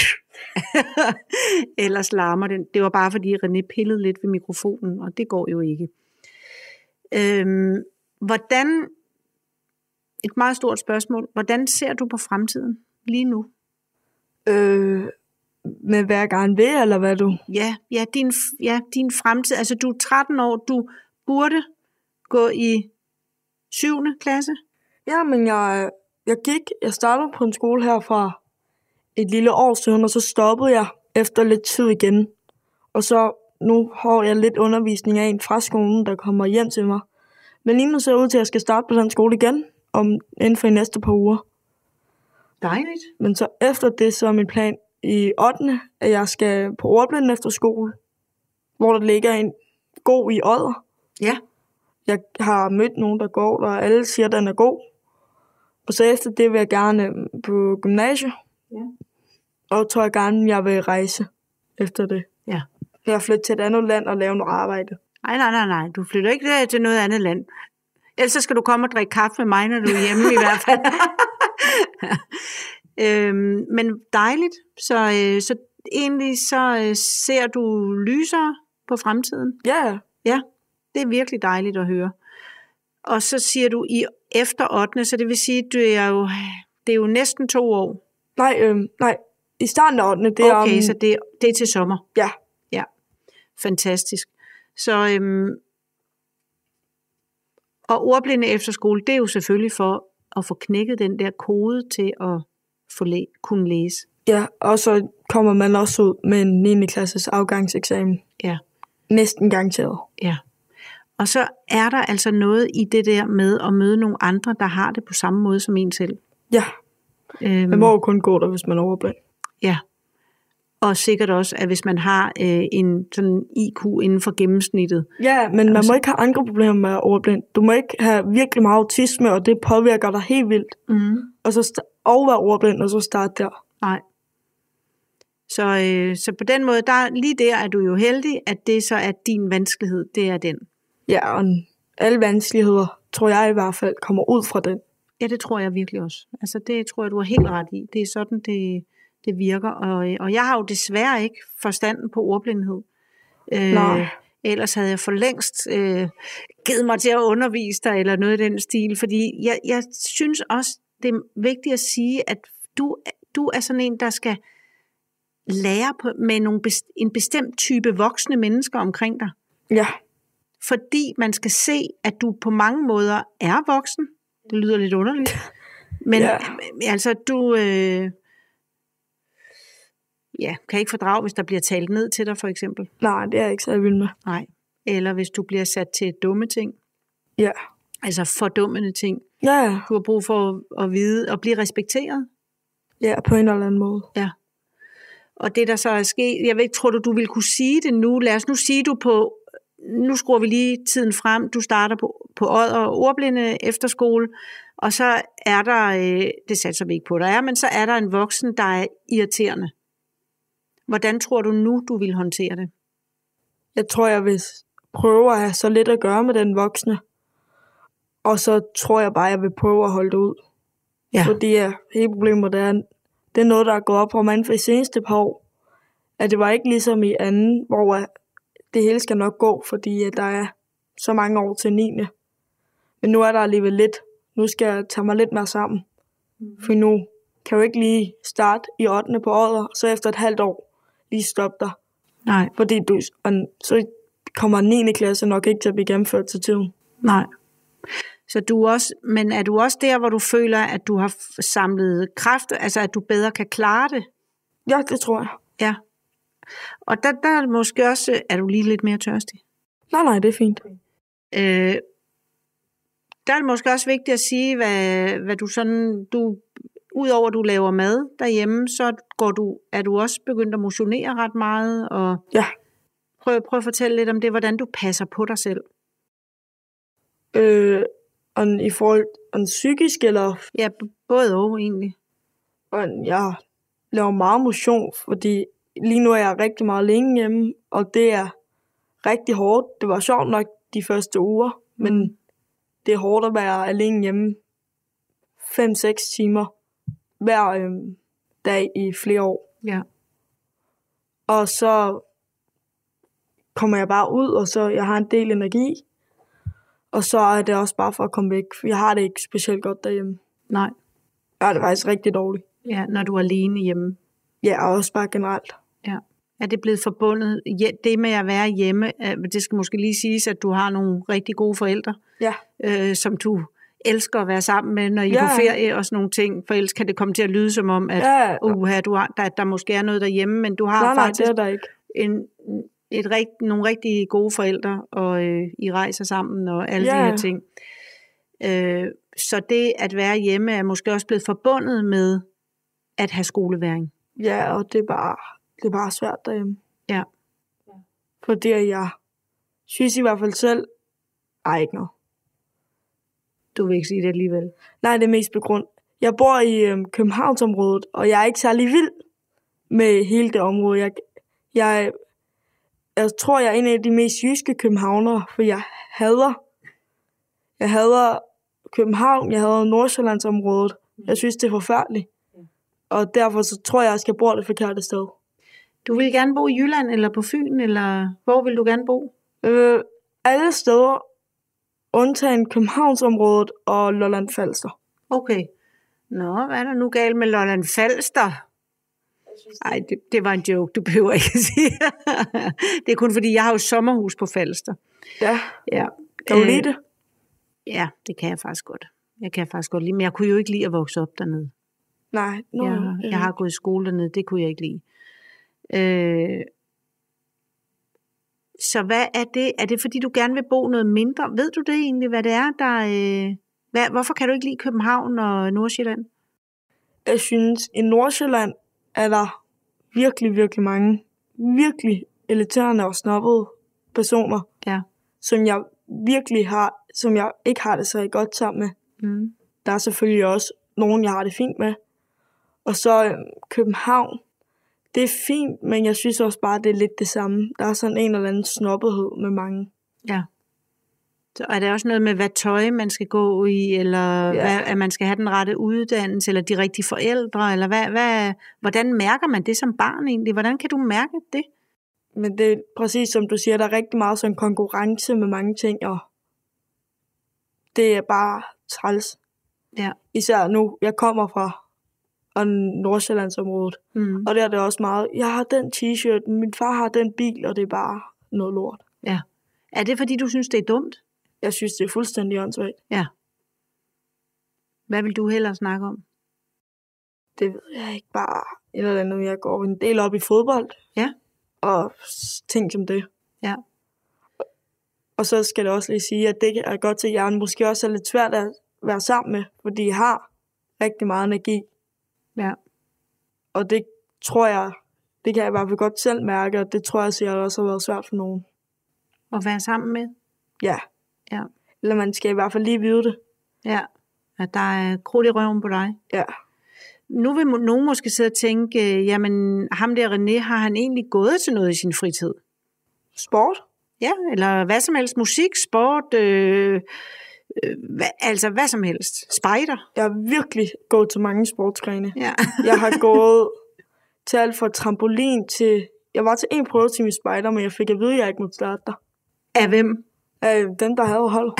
ellers larmer den. Det var bare fordi René pillede lidt ved mikrofonen, og det går jo ikke. Øhm, hvordan, et meget stort spørgsmål, hvordan ser du på fremtiden lige nu? Øh, med hvad jeg gerne vil, eller hvad du? Ja, ja, din, ja, din fremtid. Altså du er tretten år, du burde gå i syvende klasse? Ja, men jeg... Jeg gik, jeg startede på en skole her fra et lille år siden, og så stoppede jeg efter lidt tid igen. Og så nu har jeg lidt undervisning af en fra skolen, der kommer hjem til mig. Men lige nu ser det ud til, at jeg skal starte på den skole igen, om inden for de næste par uger. Dejligt. Men så efter det, så er min plan i ottende, at jeg skal på ordblinden efter skole, hvor der ligger en god i Odder. Ja. Jeg har mødt nogen, der går der, og alle siger, at den er god. Og så efter det vil jeg gerne på gymnasiet. Ja. Og tror jeg gerne, jeg vil rejse efter det. Ja. Jeg flytter til et andet land og lave noget arbejde. Nej, nej, nej, nej. Du flytter ikke til noget andet land. Ellers så skal du komme og drikke kaffe med mig, når du er hjemme i hvert fald. øhm, men dejligt. Så, øh, så egentlig så øh, ser du lysere på fremtiden. Ja. Ja, det er virkelig dejligt at høre. Og så siger du i efter ottende, så det vil sige, at det er jo, det er jo næsten to år. Nej, øh, nej. I starten af ottende, det er okay, om... så det, det er til sommer. Ja. Ja, fantastisk. Så, øhm, og ordblinde efterskole, det er jo selvfølgelig for at få knækket den der kode til at få læ- kunne læse. Ja, og så kommer man også ud med en niende klasses afgangseksamen. Ja. Næsten garanteret. Ja. Og så er der altså noget i det der med at møde nogle andre, der har det på samme måde som en selv. Ja, Øhm, man må jo kun gå der, hvis man er overblind. Ja, og sikkert også, at hvis man har øh, en sådan I Q inden for gennemsnittet. Ja, men man må ikke have andre problemer med at være overblind. Du må ikke have virkelig meget autisme, og det påvirker dig helt vildt. Mm. Og så st- og være overblind, og så starte der. Nej. Så, øh, så på den måde, der, lige der er du jo heldig, at det så er din vanskelighed, det er den. Ja, og alle vanskeligheder, tror jeg i hvert fald, kommer ud fra den. Ja, det tror jeg virkelig også. Altså det tror jeg, du har helt ret i. Det er sådan, det, det virker. Og, og jeg har jo desværre ikke forstanden på ordblindhed. Nej. Øh, ellers havde jeg for længst øh, givet mig til at undervise dig, eller noget i den stil. Fordi jeg, jeg synes også, det er vigtigt at sige, at du, du er sådan en, der skal lære på, med nogle best, en bestemt type voksne mennesker omkring dig. Ja. Fordi man skal se, at du på mange måder er voksen. Det lyder lidt underligt. Men ja. altså, du øh, ja, kan ikke fordrage, hvis der bliver talt ned til dig, for eksempel. Nej, det er jeg ikke så vild med. Nej. Eller hvis du bliver sat til dumme ting. Ja. Altså fordummende ting. Ja, ja. Du har brug for at vide og blive respekteret. Ja, på en eller anden måde. Ja. Og det, der så er sket, jeg ved ikke, tror du, du vil kunne sige det nu? Lad os nu sige du på, nu skruer vi lige tiden frem, du starter på, på Odder Ordblinde Efterskole, og så er der, øh, det satser vi ikke på, der er, men så er der en voksen, der er irriterende. Hvordan tror du nu, du vil håndtere det? Jeg tror, jeg vil prøve at have så lidt at gøre med den voksne, og så tror jeg bare, jeg vil prøve at holde det ud. Ja. Fordi ja, hele problemet det er, det er noget, der er gået op for mig inden for de seneste par år. At det var ikke ligesom i anden, hvor det hele skal nok gå, fordi der er så mange år til niende. Men nu er der alligevel lidt. Nu skal jeg tage mig lidt mere sammen. Mm. For nu kan jeg jo ikke lige starte i ottende på Odder, og så efter et halvt år lige stoppe dig. Nej. Fordi du, så kommer niende klasse nok ikke til at blive gennemført til tiden. Nej. Så du også, men er du også der, hvor du føler, at du har samlet kræfter, altså at du bedre kan klare det? Ja, det tror jeg. Ja. Og der, der er det måske også, er du lige lidt mere tørstig? Nej, nej, det er fint. Øh, der er det måske også vigtigt at sige, hvad, hvad du sådan, du, udover at du laver mad derhjemme, så går du, er du også begyndt at motionere ret meget, og ja. prøv, prøv at fortælle lidt om det, hvordan du passer på dig selv. Øh, og i forhold til psykisk, eller? Ja, både og egentlig. Og jeg laver meget motion, fordi lige nu er jeg rigtig meget længe hjemme, og det er rigtig hårdt. Det var sjovt nok de første uger, mm. men det er hårdt at være alene hjemme fem seks timer hver øhm, dag i flere år. Ja. Og så kommer jeg bare ud, og så jeg har en del energi, og så er det også bare for at komme væk, for jeg har det ikke specielt godt derhjemme. Nej. Jeg har det faktisk rigtig dårligt. Ja, når du er alene hjemme. Ja, og også bare generelt. Ja. Er det blevet forbundet, ja, det med at være hjemme, det skal måske lige siges, at du har nogle rigtig gode forældre, ja. øh, som du elsker at være sammen med, når I ja. er på ferie og sådan nogle ting, for ellers kan det komme til at lyde som om, at ja. uh, du har, der, der måske er noget derhjemme, men du har nej, faktisk nej, det er der ikke. En, et rigt, nogle rigtig gode forældre, og øh, I rejser sammen og alle ja. de her ting. Øh, så det at være hjemme er måske også blevet forbundet med at have skoleværing. Ja, og det er bare, det er bare svært derhjemme. Ja. Fordi jeg synes i hvert fald selv, ej ikke noget. Du vil ikke sige det alligevel? Nej, det er mest på grund. Jeg bor i øhm, Københavnsområdet, og jeg er ikke særlig vild med hele det område. Jeg, jeg, jeg tror, jeg er en af de mest jyske københavnere, for jeg hader, jeg hader København, jeg hader Nordsjællandsområdet. Jeg synes, det er forfærdeligt. Og derfor så tror jeg, jeg skal bo det forkerte sted. Du vil gerne bo i Jylland, eller på Fyn, eller hvor vil du gerne bo? Øh, alle steder, undtagen Københavnsområdet og Lolland Falster. Okay. Nå, hvad er der nu galt med Lolland Falster? Ej, det, det var en joke, du behøver ikke at sige. Det er kun fordi, jeg har jo sommerhus på Falster. Ja, ja. Kan du lide det? Ja, det kan jeg faktisk godt. Jeg kan faktisk godt lide, men jeg kunne jo ikke lide at vokse op dernede. Nej. No, jeg, jeg har gået i skole dernede, det kunne jeg ikke lide. Øh, så hvad er det? Er det fordi, du gerne vil bo noget mindre? Ved du det egentlig, hvad det er, der... Øh, hvad, hvorfor kan du ikke lide København og Nordsjælland? Jeg synes, i Nordsjælland er der virkelig, virkelig mange virkelig irriterende og snobbede personer, Ja. som jeg virkelig har, som jeg ikke har det så godt sammen med. Mm. Der er selvfølgelig også nogen, jeg har det fint med. Og så øh, København. Det er fint, men jeg synes også bare, det er lidt det samme. Der er sådan en eller anden snobbethed med mange. Ja. Så er der også noget med, hvad tøj man skal gå i, eller Ja. hvad, at man skal have den rette uddannelse, eller de rigtige forældre, eller hvad, hvad, hvordan mærker man det som barn egentlig? Hvordan kan du mærke det? Men det er præcis som du siger, der er rigtig meget sådan konkurrence med mange ting, og det er bare træls. Ja. Især nu, jeg kommer fra Nordsjællandsområdet, Mm. og der er det også meget, jeg har den t-shirt, min far har den bil, og det er bare noget lort. Ja. Er det, fordi du synes, det er dumt? Jeg synes, det er fuldstændig åndssvagt. Ja. Hvad vil du hellere snakke om? Det ved jeg ikke, bare et eller andet, jeg går en del op i fodbold. Ja. Og s- ting som det. Ja. Og så skal det også lige sige, at det er godt til hjernen måske også er lidt svært at være sammen med, fordi de har rigtig meget energi. Ja. Og det tror jeg, det kan jeg i hvert fald godt selv mærke, og det tror jeg sikkert også har været svært for nogen. At være sammen med? Ja. Ja. Eller man skal i hvert fald lige vide det. Ja. At der er krudt i røven på dig? Ja. Nu vil må- nogen måske sidde og tænke, jamen ham der René, har han egentlig gået til noget i sin fritid? Sport? Ja, eller hvad som helst. Musik, sport, øh, øh, hva, altså hvad som helst. Spejder. Jeg har virkelig gået til mange sportsgrene. Ja. Jeg har gået til alt fra trampolin til... Jeg var til en prøvetime i spejder, men jeg fik at vide, at jeg ikke måtte starte der. Af hvem? Af dem, der havde hold.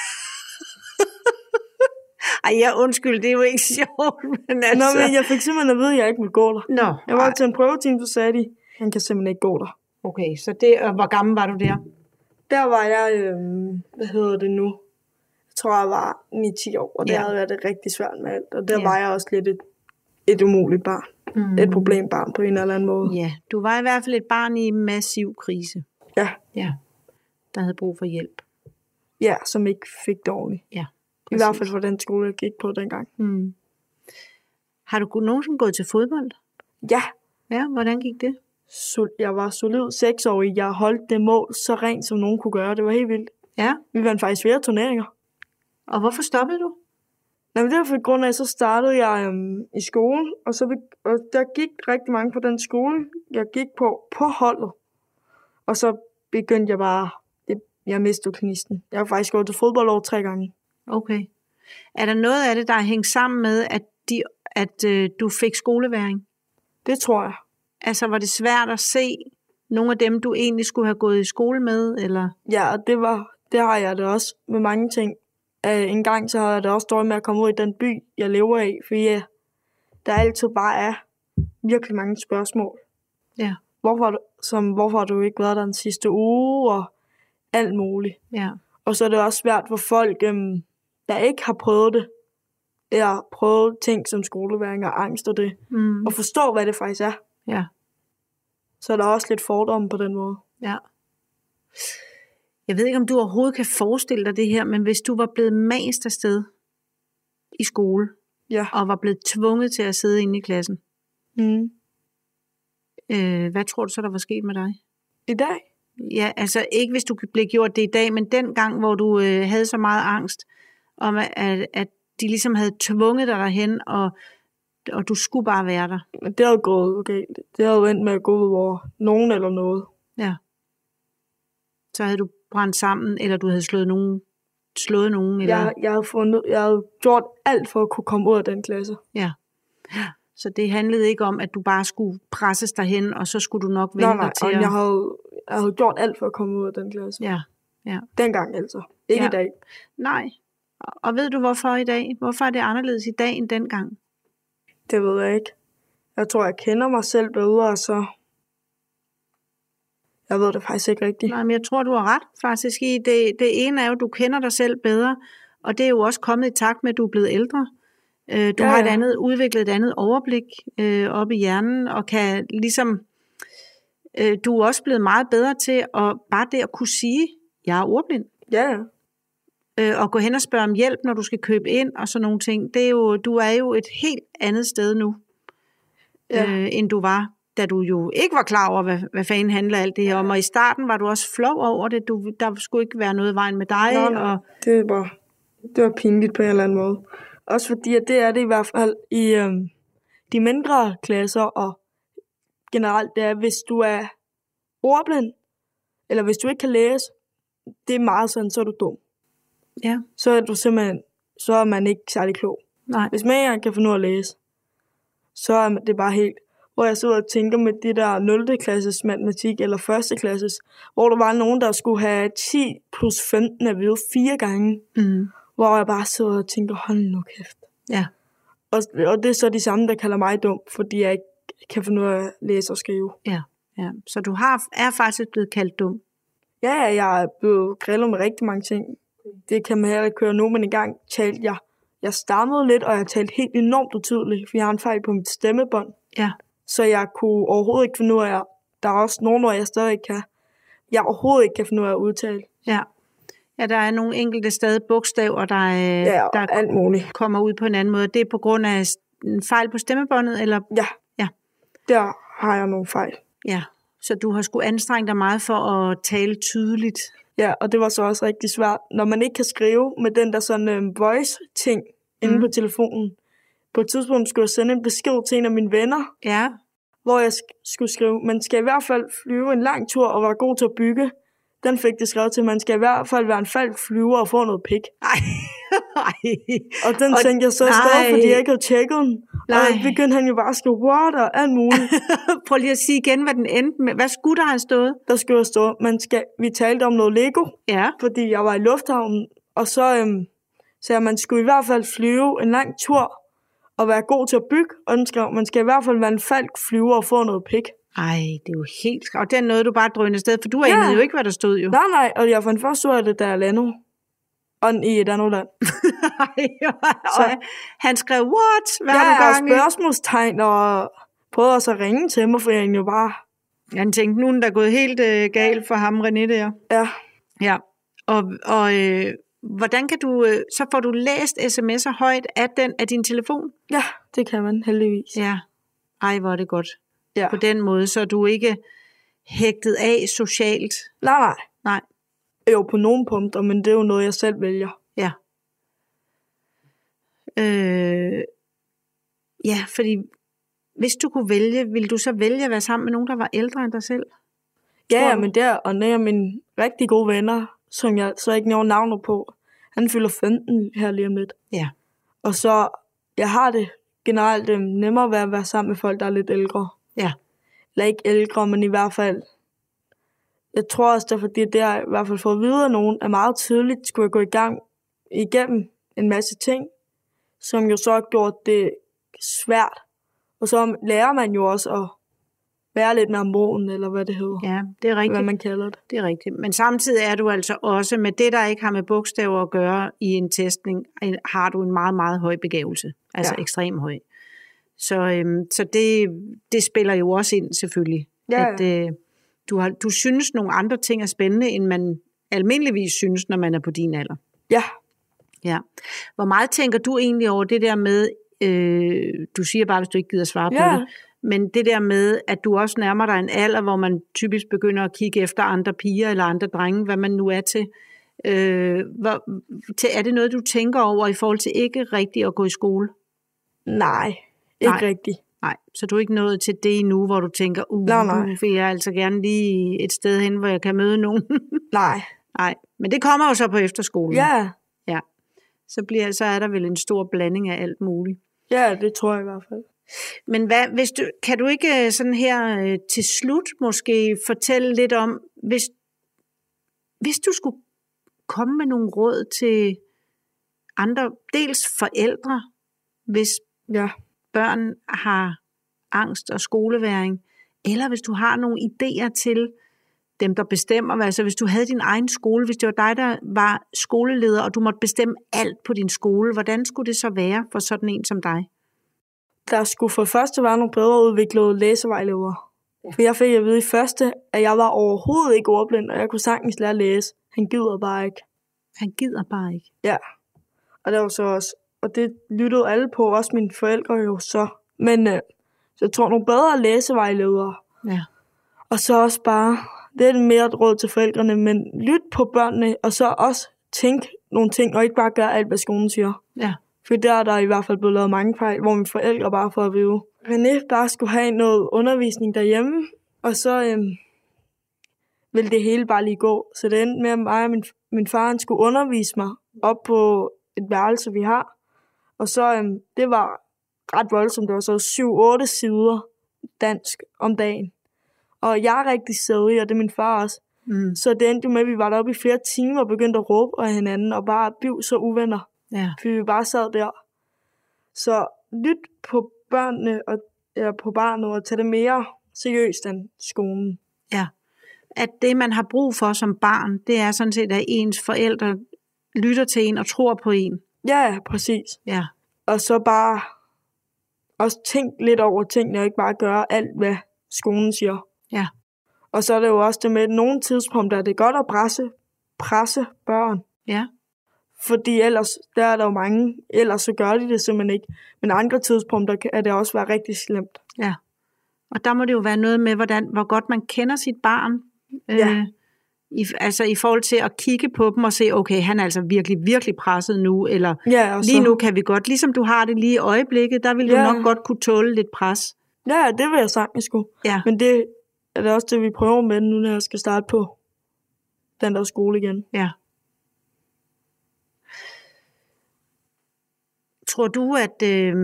Ej, ja, undskyld, det er jo ikke sjovt, men altså... Nå, men jeg fik simpelthen at vide, at jeg ikke måtte gå der. Nå, Jeg var ej. til en prøvetime, så sagde de, han kan simpelthen ikke gå der. Okay, så det, og hvor gammel var du der? Der var jeg, øh, hvad hedder det nu? Jeg tror, jeg var ni ti år, og det Ja. havde været det rigtig svært med alt. Og der Ja. var jeg også lidt et, et umuligt barn. Mm. Et problembarn på en eller anden måde. Ja, du var i hvert fald et barn i massiv krise. Ja, Ja, der havde brug for hjælp. ja, som ikke fik det ordentligt. Ja, I hvert fald for den skole, jeg gik på dengang. Mm. Har du nogensinde gået til fodbold? Ja, Ja, hvordan gik det? så jeg var solid seks år i. Jeg holdt det mål så rent, som nogen kunne gøre. Det var helt vildt. Ja, Vi vandt faktisk flere turneringer. og hvorfor stoppede du? Nå, men det var for grund af, så startede jeg øhm, i skolen, og, så, og der gik rigtig mange på den skole, jeg gik på, på holdet. Og så begyndte jeg bare, det, jeg mistede knisten. Jeg har faktisk gået til fodbold over tre gange. Okay. Er der noget af det, der er hængt sammen med, at, de, at øh, du fik skoleværing? Det tror jeg. Altså, var det svært at se nogle af dem, du egentlig skulle have gået i skole med? Eller? Ja, og det, var, det har jeg det også med mange ting. Uh, en gang så havde jeg det også dårligt med at komme ud i den by, jeg lever i, fordi uh, der altid bare er virkelig mange spørgsmål. Ja. Hvorfor, har du- som, hvorfor har du ikke været der den sidste uge, og alt muligt. Ja. Og så er det også svært for folk, øhm, der ikke har prøvet det, eller prøvet ting som skoleværing og angst og det, Mm. og forstå, hvad det faktisk er. Ja. Så er der også lidt fordomme på den måde. Ja. Jeg ved ikke, om du overhovedet kan forestille dig det her, men hvis du var blevet mast afsted i skole, Ja. og var blevet tvunget til at sidde inde i klassen, Mm. øh, hvad tror du så, der var sket med dig? I dag? Ja, altså ikke hvis du blev gjort det i dag, men den gang, hvor du øh, havde så meget angst, om at, at de ligesom havde tvunget dig derhen, og, og du skulle bare være der. Men det havde gået galt. Det havde jo endt med at gå ud over nogen eller noget. Ja. Så havde du brændt sammen, eller du havde slået nogen, slået nogen, eller... Jeg, jeg, havde fundet, jeg havde gjort alt for at kunne komme ud af den klasse. Ja. Så det handlede ikke om, at du bare skulle presses derhen, og så skulle du nok vente Nej, nej, dig til og at... jeg havde, jeg havde gjort alt for at komme ud af den klasse. Ja, ja. Dengang altså. Ikke Ja. i dag. Nej. Og ved du, hvorfor i dag? Hvorfor er det anderledes i dag end dengang? Det ved jeg ikke. Jeg tror, jeg kender mig selv bedre, så... Jeg ved det faktisk ikke rigtigt. Nej, men jeg tror, du har ret faktisk i. Det, det ene er jo, at du kender dig selv bedre, og det er jo også kommet i takt med, at du er blevet ældre. Øh, Du Ja, har et ja. andet, udviklet et andet overblik øh, op i hjernen, og kan ligesom... Øh, du er også blevet meget bedre til at bare det at kunne sige, jeg er ordblind. Ja, ja. øh, at gå hen og spørge om hjælp, når du skal købe ind og sådan nogle ting. Det er jo, du er jo et helt andet sted nu, ja. øh, end du var, da du jo ikke var klar over, hvad, hvad fanden handler alt det her om. Og i starten var du også flov over det. Du, der skulle ikke være noget i vejen med dig. Nej, nej. Og... Det var, det var pinligt på en eller anden måde. Også fordi, at det er det i hvert fald i øhm, de mindre klasser, og generelt det er, hvis du er ordblind, eller hvis du ikke kan læse, det er meget sådan, så er du dum. Ja. Så er du simpelthen, så er man ikke særlig klog. Nej. Hvis man ikke kan finde ud af at læse, så er det bare helt, hvor jeg sidder og tænker med de der nul klasses matematik, eller første klasses, hvor der var nogen, der skulle have ti plus femten at vide fire gange, mm. hvor jeg bare sidder og tænker, hold nu kæft. Ja. Og, og det er så de samme, der kalder mig dum, fordi jeg ikke kan finde ud af at læse og skrive. Ja, ja. Så du har, er faktisk blevet kaldt dum? Ja, ja, jeg er blevet grillet med rigtig mange ting. Det kan man heller ikke køre nu, men engang talte jeg. Jeg stammede lidt, og jeg talte helt enormt utydeligt, for jeg har en fejl på mit stemmebånd. Ja. Så jeg kunne overhovedet ikke finde ud af, der er også nogle ord, jeg stadig kan. Jeg overhovedet ikke kan finde ud af at udtale. Ja. Ja, der er nogle enkelte stadig bogstaver, der, ja, der alt muligt. kommer ud på en anden måde. Det er på grund af en fejl på stemmebåndet? Eller? Ja. Ja, der har jeg nogle fejl. Ja, så du har skulle anstrenge dig meget for at tale tydeligt. Ja, og det var så også rigtig svært, når man ikke kan skrive med den der sådan um, voice-ting inde mm. på telefonen. På et tidspunkt skulle jeg sende en besked til en af mine venner, ja. hvor jeg sk- skulle skrive, man skal i hvert fald flyve en lang tur og være god til at bygge. Den fik det skrevet til, man skal i hvert fald være en falsk flyver og få noget pik. Ej. Og den og tænkte jeg så stadig, fordi jeg ikke havde tjekket den. Nej. Og begyndte han jo bare at skrive what og alt muligt. Prøv lige at sige igen, hvad den endte med. Hvad skulle der have stået? Der skulle have stået, man skal, vi talte om noget Lego, ja. Fordi jeg var i lufthavnen. Og så øhm, sagde jeg, man skulle i hvert fald flyve en lang tur og være god til at bygge. Og den skrev, man skal i hvert fald være en falsk flyver og få noget pik. Ej, det er jo helt... Og det er noget, du bare drønede sted, for du anede ja. jo ikke, hvad der stod jo. Nej, nej, og jeg fandt først så af det, da jeg landede. Og i et andet land. Så han skrev, what? Hver ja, gang? Ja, spørgsmålstegn, og prøvede også at ringe til mig, for jeg jo bare... Han tænkte, nu er der gået helt øh, galt for ham, René, der. Ja. Ja, og, og øh, hvordan kan du... Øh, så får du læst sms'er højt af, den, af din telefon? Ja, det kan man heldigvis. Ja, ej, hvor er det godt. Ja. På den måde, så er du ikke hægtet af socialt. Nej, nej. Nej. Jo, på nogle punkter, men det er jo noget, jeg selv vælger. Ja. Øh, ja, fordi hvis du kunne vælge, ville du så vælge at være sammen med nogen, der var ældre end dig selv? Ja, ja, men der, og når mine rigtig gode venner, som jeg så ikke nævner navnet på, han fylder femten her lige om lidt. Ja. Og så, jeg har det generelt øh, nemmere ved at være sammen med folk, der er lidt ældre. Ja. Eller ikke ældre, men i hvert fald, jeg tror også, det er fordi, det har i hvert fald fået videre, at nogen er meget tidligt, skulle jeg gå i gang igennem en masse ting, som jo så har gjort det svært. Og så lærer man jo også at være lidt mere moden, eller hvad det hedder. Ja, det er rigtigt. Hvad man kalder det. Det er rigtigt. Men samtidig er du altså også, med det, der ikke har med bogstaver at gøre i en testning, har du en meget, meget høj begævelse. Altså ja. ekstrem høj. Så, øhm, så det, det spiller jo også ind, selvfølgelig. Ja. At øh, du, har, du synes, nogle andre ting er spændende, end man almindeligvis synes, når man er på din alder. Ja. Ja. Hvor meget tænker du egentlig over det der med, øh, du siger bare, hvis du ikke gider svare ja. på det, men det der med, at du også nærmer dig en alder, hvor man typisk begynder at kigge efter andre piger eller andre drenge, hvad man nu er til. Øh, hvor, til er det noget, du tænker over i forhold til ikke rigtigt at gå i skole? Nej, ikke nej. rigtigt. Nej, så du er ikke nået til det endnu, hvor du tænker, uh, nej, nej. nu vil jeg altså gerne lige et sted hen, hvor jeg kan møde nogen. Nej. Nej, men det kommer jo så på efterskolen. Ja. Ja. Så, bliver, så er der vel en stor blanding af alt muligt. Ja, det tror jeg i hvert fald. Men hvad, hvis du, kan du ikke sådan her til slut måske fortælle lidt om, hvis, hvis du skulle komme med nogle råd til andre, dels forældre, hvis ja. børn har angst og skoleværing, eller hvis du har nogle idéer til dem, der bestemmer, altså hvis du havde din egen skole, hvis det var dig, der var skoleleder, og du måtte bestemme alt på din skole, hvordan skulle det så være for sådan en som dig? Der skulle for første være nogle bedre udviklede læsevejledere. Ja. For jeg fik at vide i første, at jeg var overhovedet ikke ordblind, og jeg kunne sagtens lære at læse. Han gider bare ikke. Han gider bare ikke. Ja, og det var så også, og det lyttede alle på, også mine forældre jo så. Men øh, så jeg tror nogle bedre læsevejledere. Ja. Og så også bare, det er mere et råd til forældrene, men lyt på børnene, og så også tænk nogle ting, og ikke bare gøre alt, hvad skolen siger. Ja. For der er der i hvert fald blevet lavet mange fejl, hvor mine forældre bare får at vide, René bare skulle have noget undervisning derhjemme, og så øhm, ville det hele bare lige gå. Så det endte med, at mig og min, min far han skulle undervise mig op på et værelse, vi har. Og så, øhm, det var ret voldsomt. Det var så syv otte sider dansk om dagen. Og jeg er rigtig sædig, og det er min far også. Mm. Så det endte jo med, at vi var deroppe i flere timer og begyndte at råbe af hinanden, og bare blev så uvenner. Ja. Fordi vi bare sad der. Så lyt på børnene og eller på barnet og tage det mere seriøst end skolen. Ja. At det, man har brug for som barn, det er sådan set, at ens forældre lytter til en og tror på en. Ja, præcis. Ja. Og så bare også tænk lidt over tingene, og ikke bare gøre alt, hvad skolen siger. Ja. Og så er det jo også det med, at nogle tidspunkter er det godt at presse, presse børn. Ja. Fordi ellers, der er der jo mange, ellers så gør de det simpelthen ikke. Men andre tidspunkter kan det også være rigtig slemt. Ja. Og der må det jo være noget med, hvordan, hvor godt man kender sit barn. Ja. Øh, i, altså i forhold til at kigge på dem og se, okay, han er altså virkelig, virkelig presset nu, eller Ja, og så, lige nu kan vi godt, ligesom du har det lige i øjeblikket, der vil du Ja. nok godt kunne tåle lidt pres. Ja, det vil jeg sagtens sgu. Ja. Men det er det også det, vi prøver med nu, når jeg skal starte på den der skole igen. Ja. Tror du, at... Øh,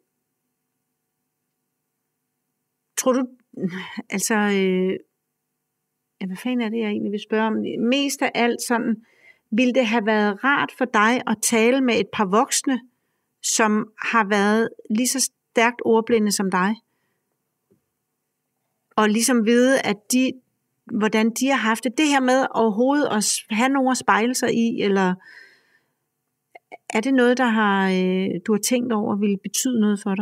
tror du... Altså... Øh, ja, hvad fanden er det, jeg egentlig vil spørge om? Mest af alt sådan... Ville det have været rart for dig at tale med et par voksne, som har været lige så stærkt ordblinde som dig? Og ligesom vide, at de... hvordan de har haft det. Det her med overhovedet at have nogen at spejle sig i, eller... Er det noget, der har, øh, du har tænkt over, ville betyde noget for dig?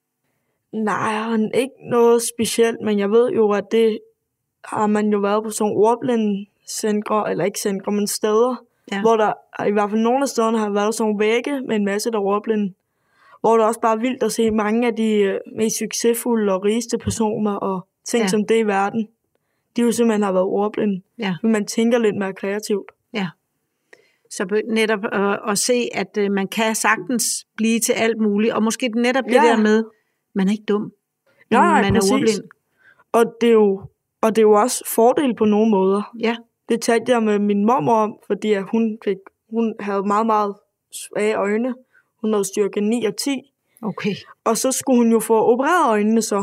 Nej, ikke noget specielt, men jeg ved jo, at det har man jo været på sådan ordblindecentre, eller ikke centre, men steder, Ja. hvor der i hvert fald nogle af stederne har været sådan vægge med en masse, der er ordblinde. Hvor det også bare er vildt at se mange af de øh, mest succesfulde og rigeste personer og ting Ja. som det i verden. De jo simpelthen har været ordblinde. Ja. Men man tænker lidt mere kreativt. Ja. Så be- netop at, at se, at øh, man kan sagtens blive til alt muligt, og måske netop det Ja. der med, man er ikke dum, Nej, nej, man er præcis. ordblind. Og det er jo, og det er jo også fordel på nogle måder. Ja, Det talte jeg med min mormor om, fordi at hun, fik, hun havde meget, meget svage øjne. Hun havde styrke ni og ti. okay. Og så skulle hun jo få opereret øjnene så.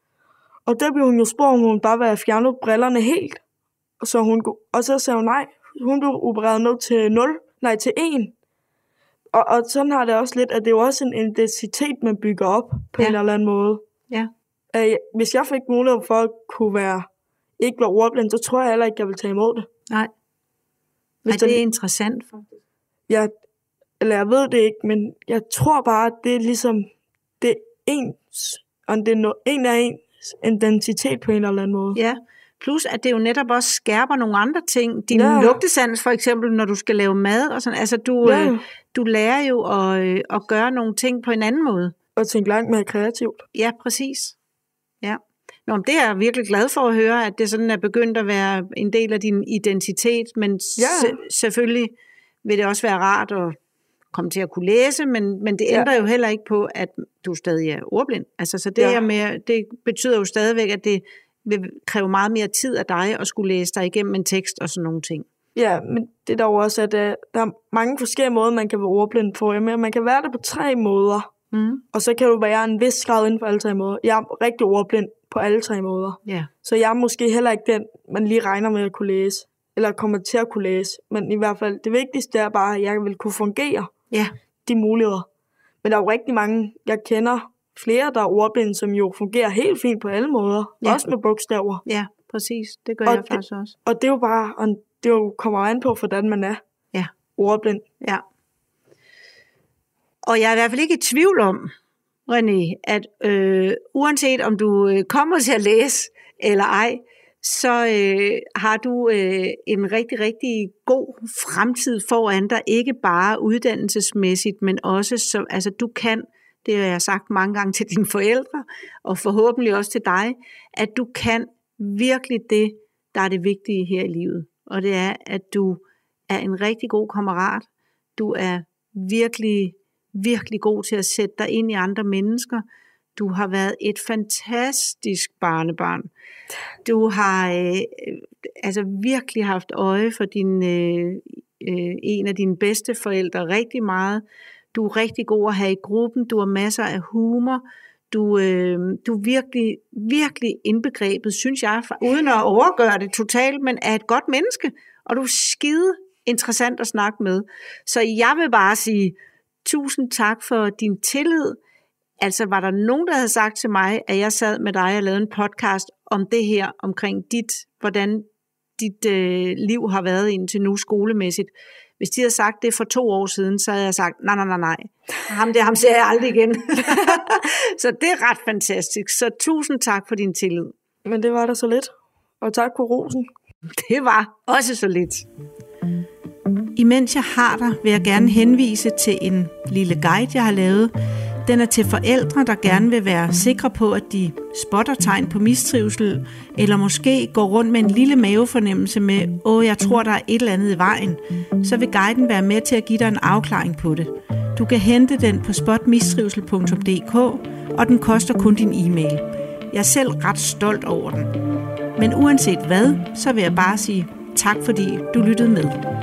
Og der blev hun jo spurgt, om hun bare ville have fjernet brillerne helt. Og så, hun, og så sagde hun nej. Hun blev opereret ned til nul. Nej, til en. Og, og sådan har det også lidt, at det er jo også en identitet, man bygger op på Ja. en eller anden måde. Ja. Øh, hvis jeg fik mulighed for at kunne være, ikke være ordblind, så tror jeg heller ikke, jeg vil tage imod det. Nej, Hvis Ej, der- det er interessant. jeg, eller jeg ved det ikke, men jeg tror bare, at det er ligesom, det er ens, og det er no, en af ens identitet på en eller anden måde. Ja, plus at det jo netop også skærper nogle andre ting. Din Ja. lugtesans for eksempel, når du skal lave mad og sådan. Altså du, Ja. øh, du lærer jo at, øh, at gøre nogle ting på en anden måde. Og tænke langt mere kreativt. Ja, præcis. Ja. Nå, men det er jeg virkelig glad for at høre, at det sådan er begyndt at være en del af din identitet, men Ja. se- selvfølgelig vil det også være rart at komme til at kunne læse, men, men det Ja. ændrer jo heller ikke på, at du stadig er ordblind. Altså, så det, Ja. er med, det betyder jo stadigvæk, at det vil kræve meget mere tid af dig at skulle læse dig igennem en tekst og sådan nogle ting. Ja, men det er der jo også, at uh, der er mange forskellige måder, man kan være ordblind på. Jamen, man kan være det på tre måder, Mm. og så kan du være en vis grad inden for alle tre måder. Jeg er rigtig ordblind på alle tre måder. Ja. Så jeg er måske heller ikke den, man lige regner med at kunne læse, eller kommer til at kunne læse. Men i hvert fald, det vigtigste er bare, at jeg vil kunne fungere Ja. de muligheder. Men der er jo rigtig mange, jeg kender flere, der er ordblinde, som jo fungerer helt fint på alle måder. Ja. Også med bogstaver. Ja, præcis. Det gør Og jeg det- faktisk også. Og det er jo bare, og det jo kommer an på, hvordan man er Ja. ordblind. Ja. Og jeg er i hvert fald ikke i tvivl om, René, at øh, uanset om du øh, kommer til at læse eller ej, så øh, har du øh, en rigtig, rigtig god fremtid foran dig, ikke bare uddannelsesmæssigt, men også, så, altså du kan, det har jeg sagt mange gange til dine forældre, og forhåbentlig også til dig, at du kan virkelig det, der er det vigtige her i livet. Og det er, at du er en rigtig god kammerat. Du er virkelig, virkelig god til at sætte dig ind i andre mennesker. Du har været et fantastisk barnebarn. Du har øh, altså virkelig haft øje for din, øh, øh, en af dine bedste forældre rigtig meget. Du er rigtig god at have i gruppen. Du har masser af humor. Du, øh, du er virkelig, virkelig indbegrebet, synes jeg, uden at overgøre det totalt, men er et godt menneske. Og du er skide interessant at snakke med. Så jeg vil bare sige tusind tak for din tillid. Altså var der nogen, der havde sagt til mig, at jeg sad med dig og lavede en podcast om det her, omkring dit, hvordan dit øh, liv har været indtil nu skolemæssigt. Hvis de havde sagt det for to år siden, så havde jeg sagt, nej, nej, nej, nej. Ham, det, ham ser jeg aldrig igen. Så det er ret fantastisk. Så tusind tak for din tillid. Men det var da så lidt. Og tak for rosen. Det var også så lidt. Imens jeg har dig, vil jeg gerne henvise til en lille guide, jeg har lavet. Den er til forældre, der gerne vil være sikre på, at de spotter tegn på mistrivsel, eller måske går rundt med en lille mavefornemmelse med, åh, jeg tror, der er et eller andet i vejen. Så vil guiden være med til at give dig en afklaring på det. Du kan hente den på spot mistrivsel punktum d k, og den koster kun din e-mail. Jeg er selv ret stolt over den. Men uanset hvad, så vil jeg bare sige tak, fordi du lyttede med.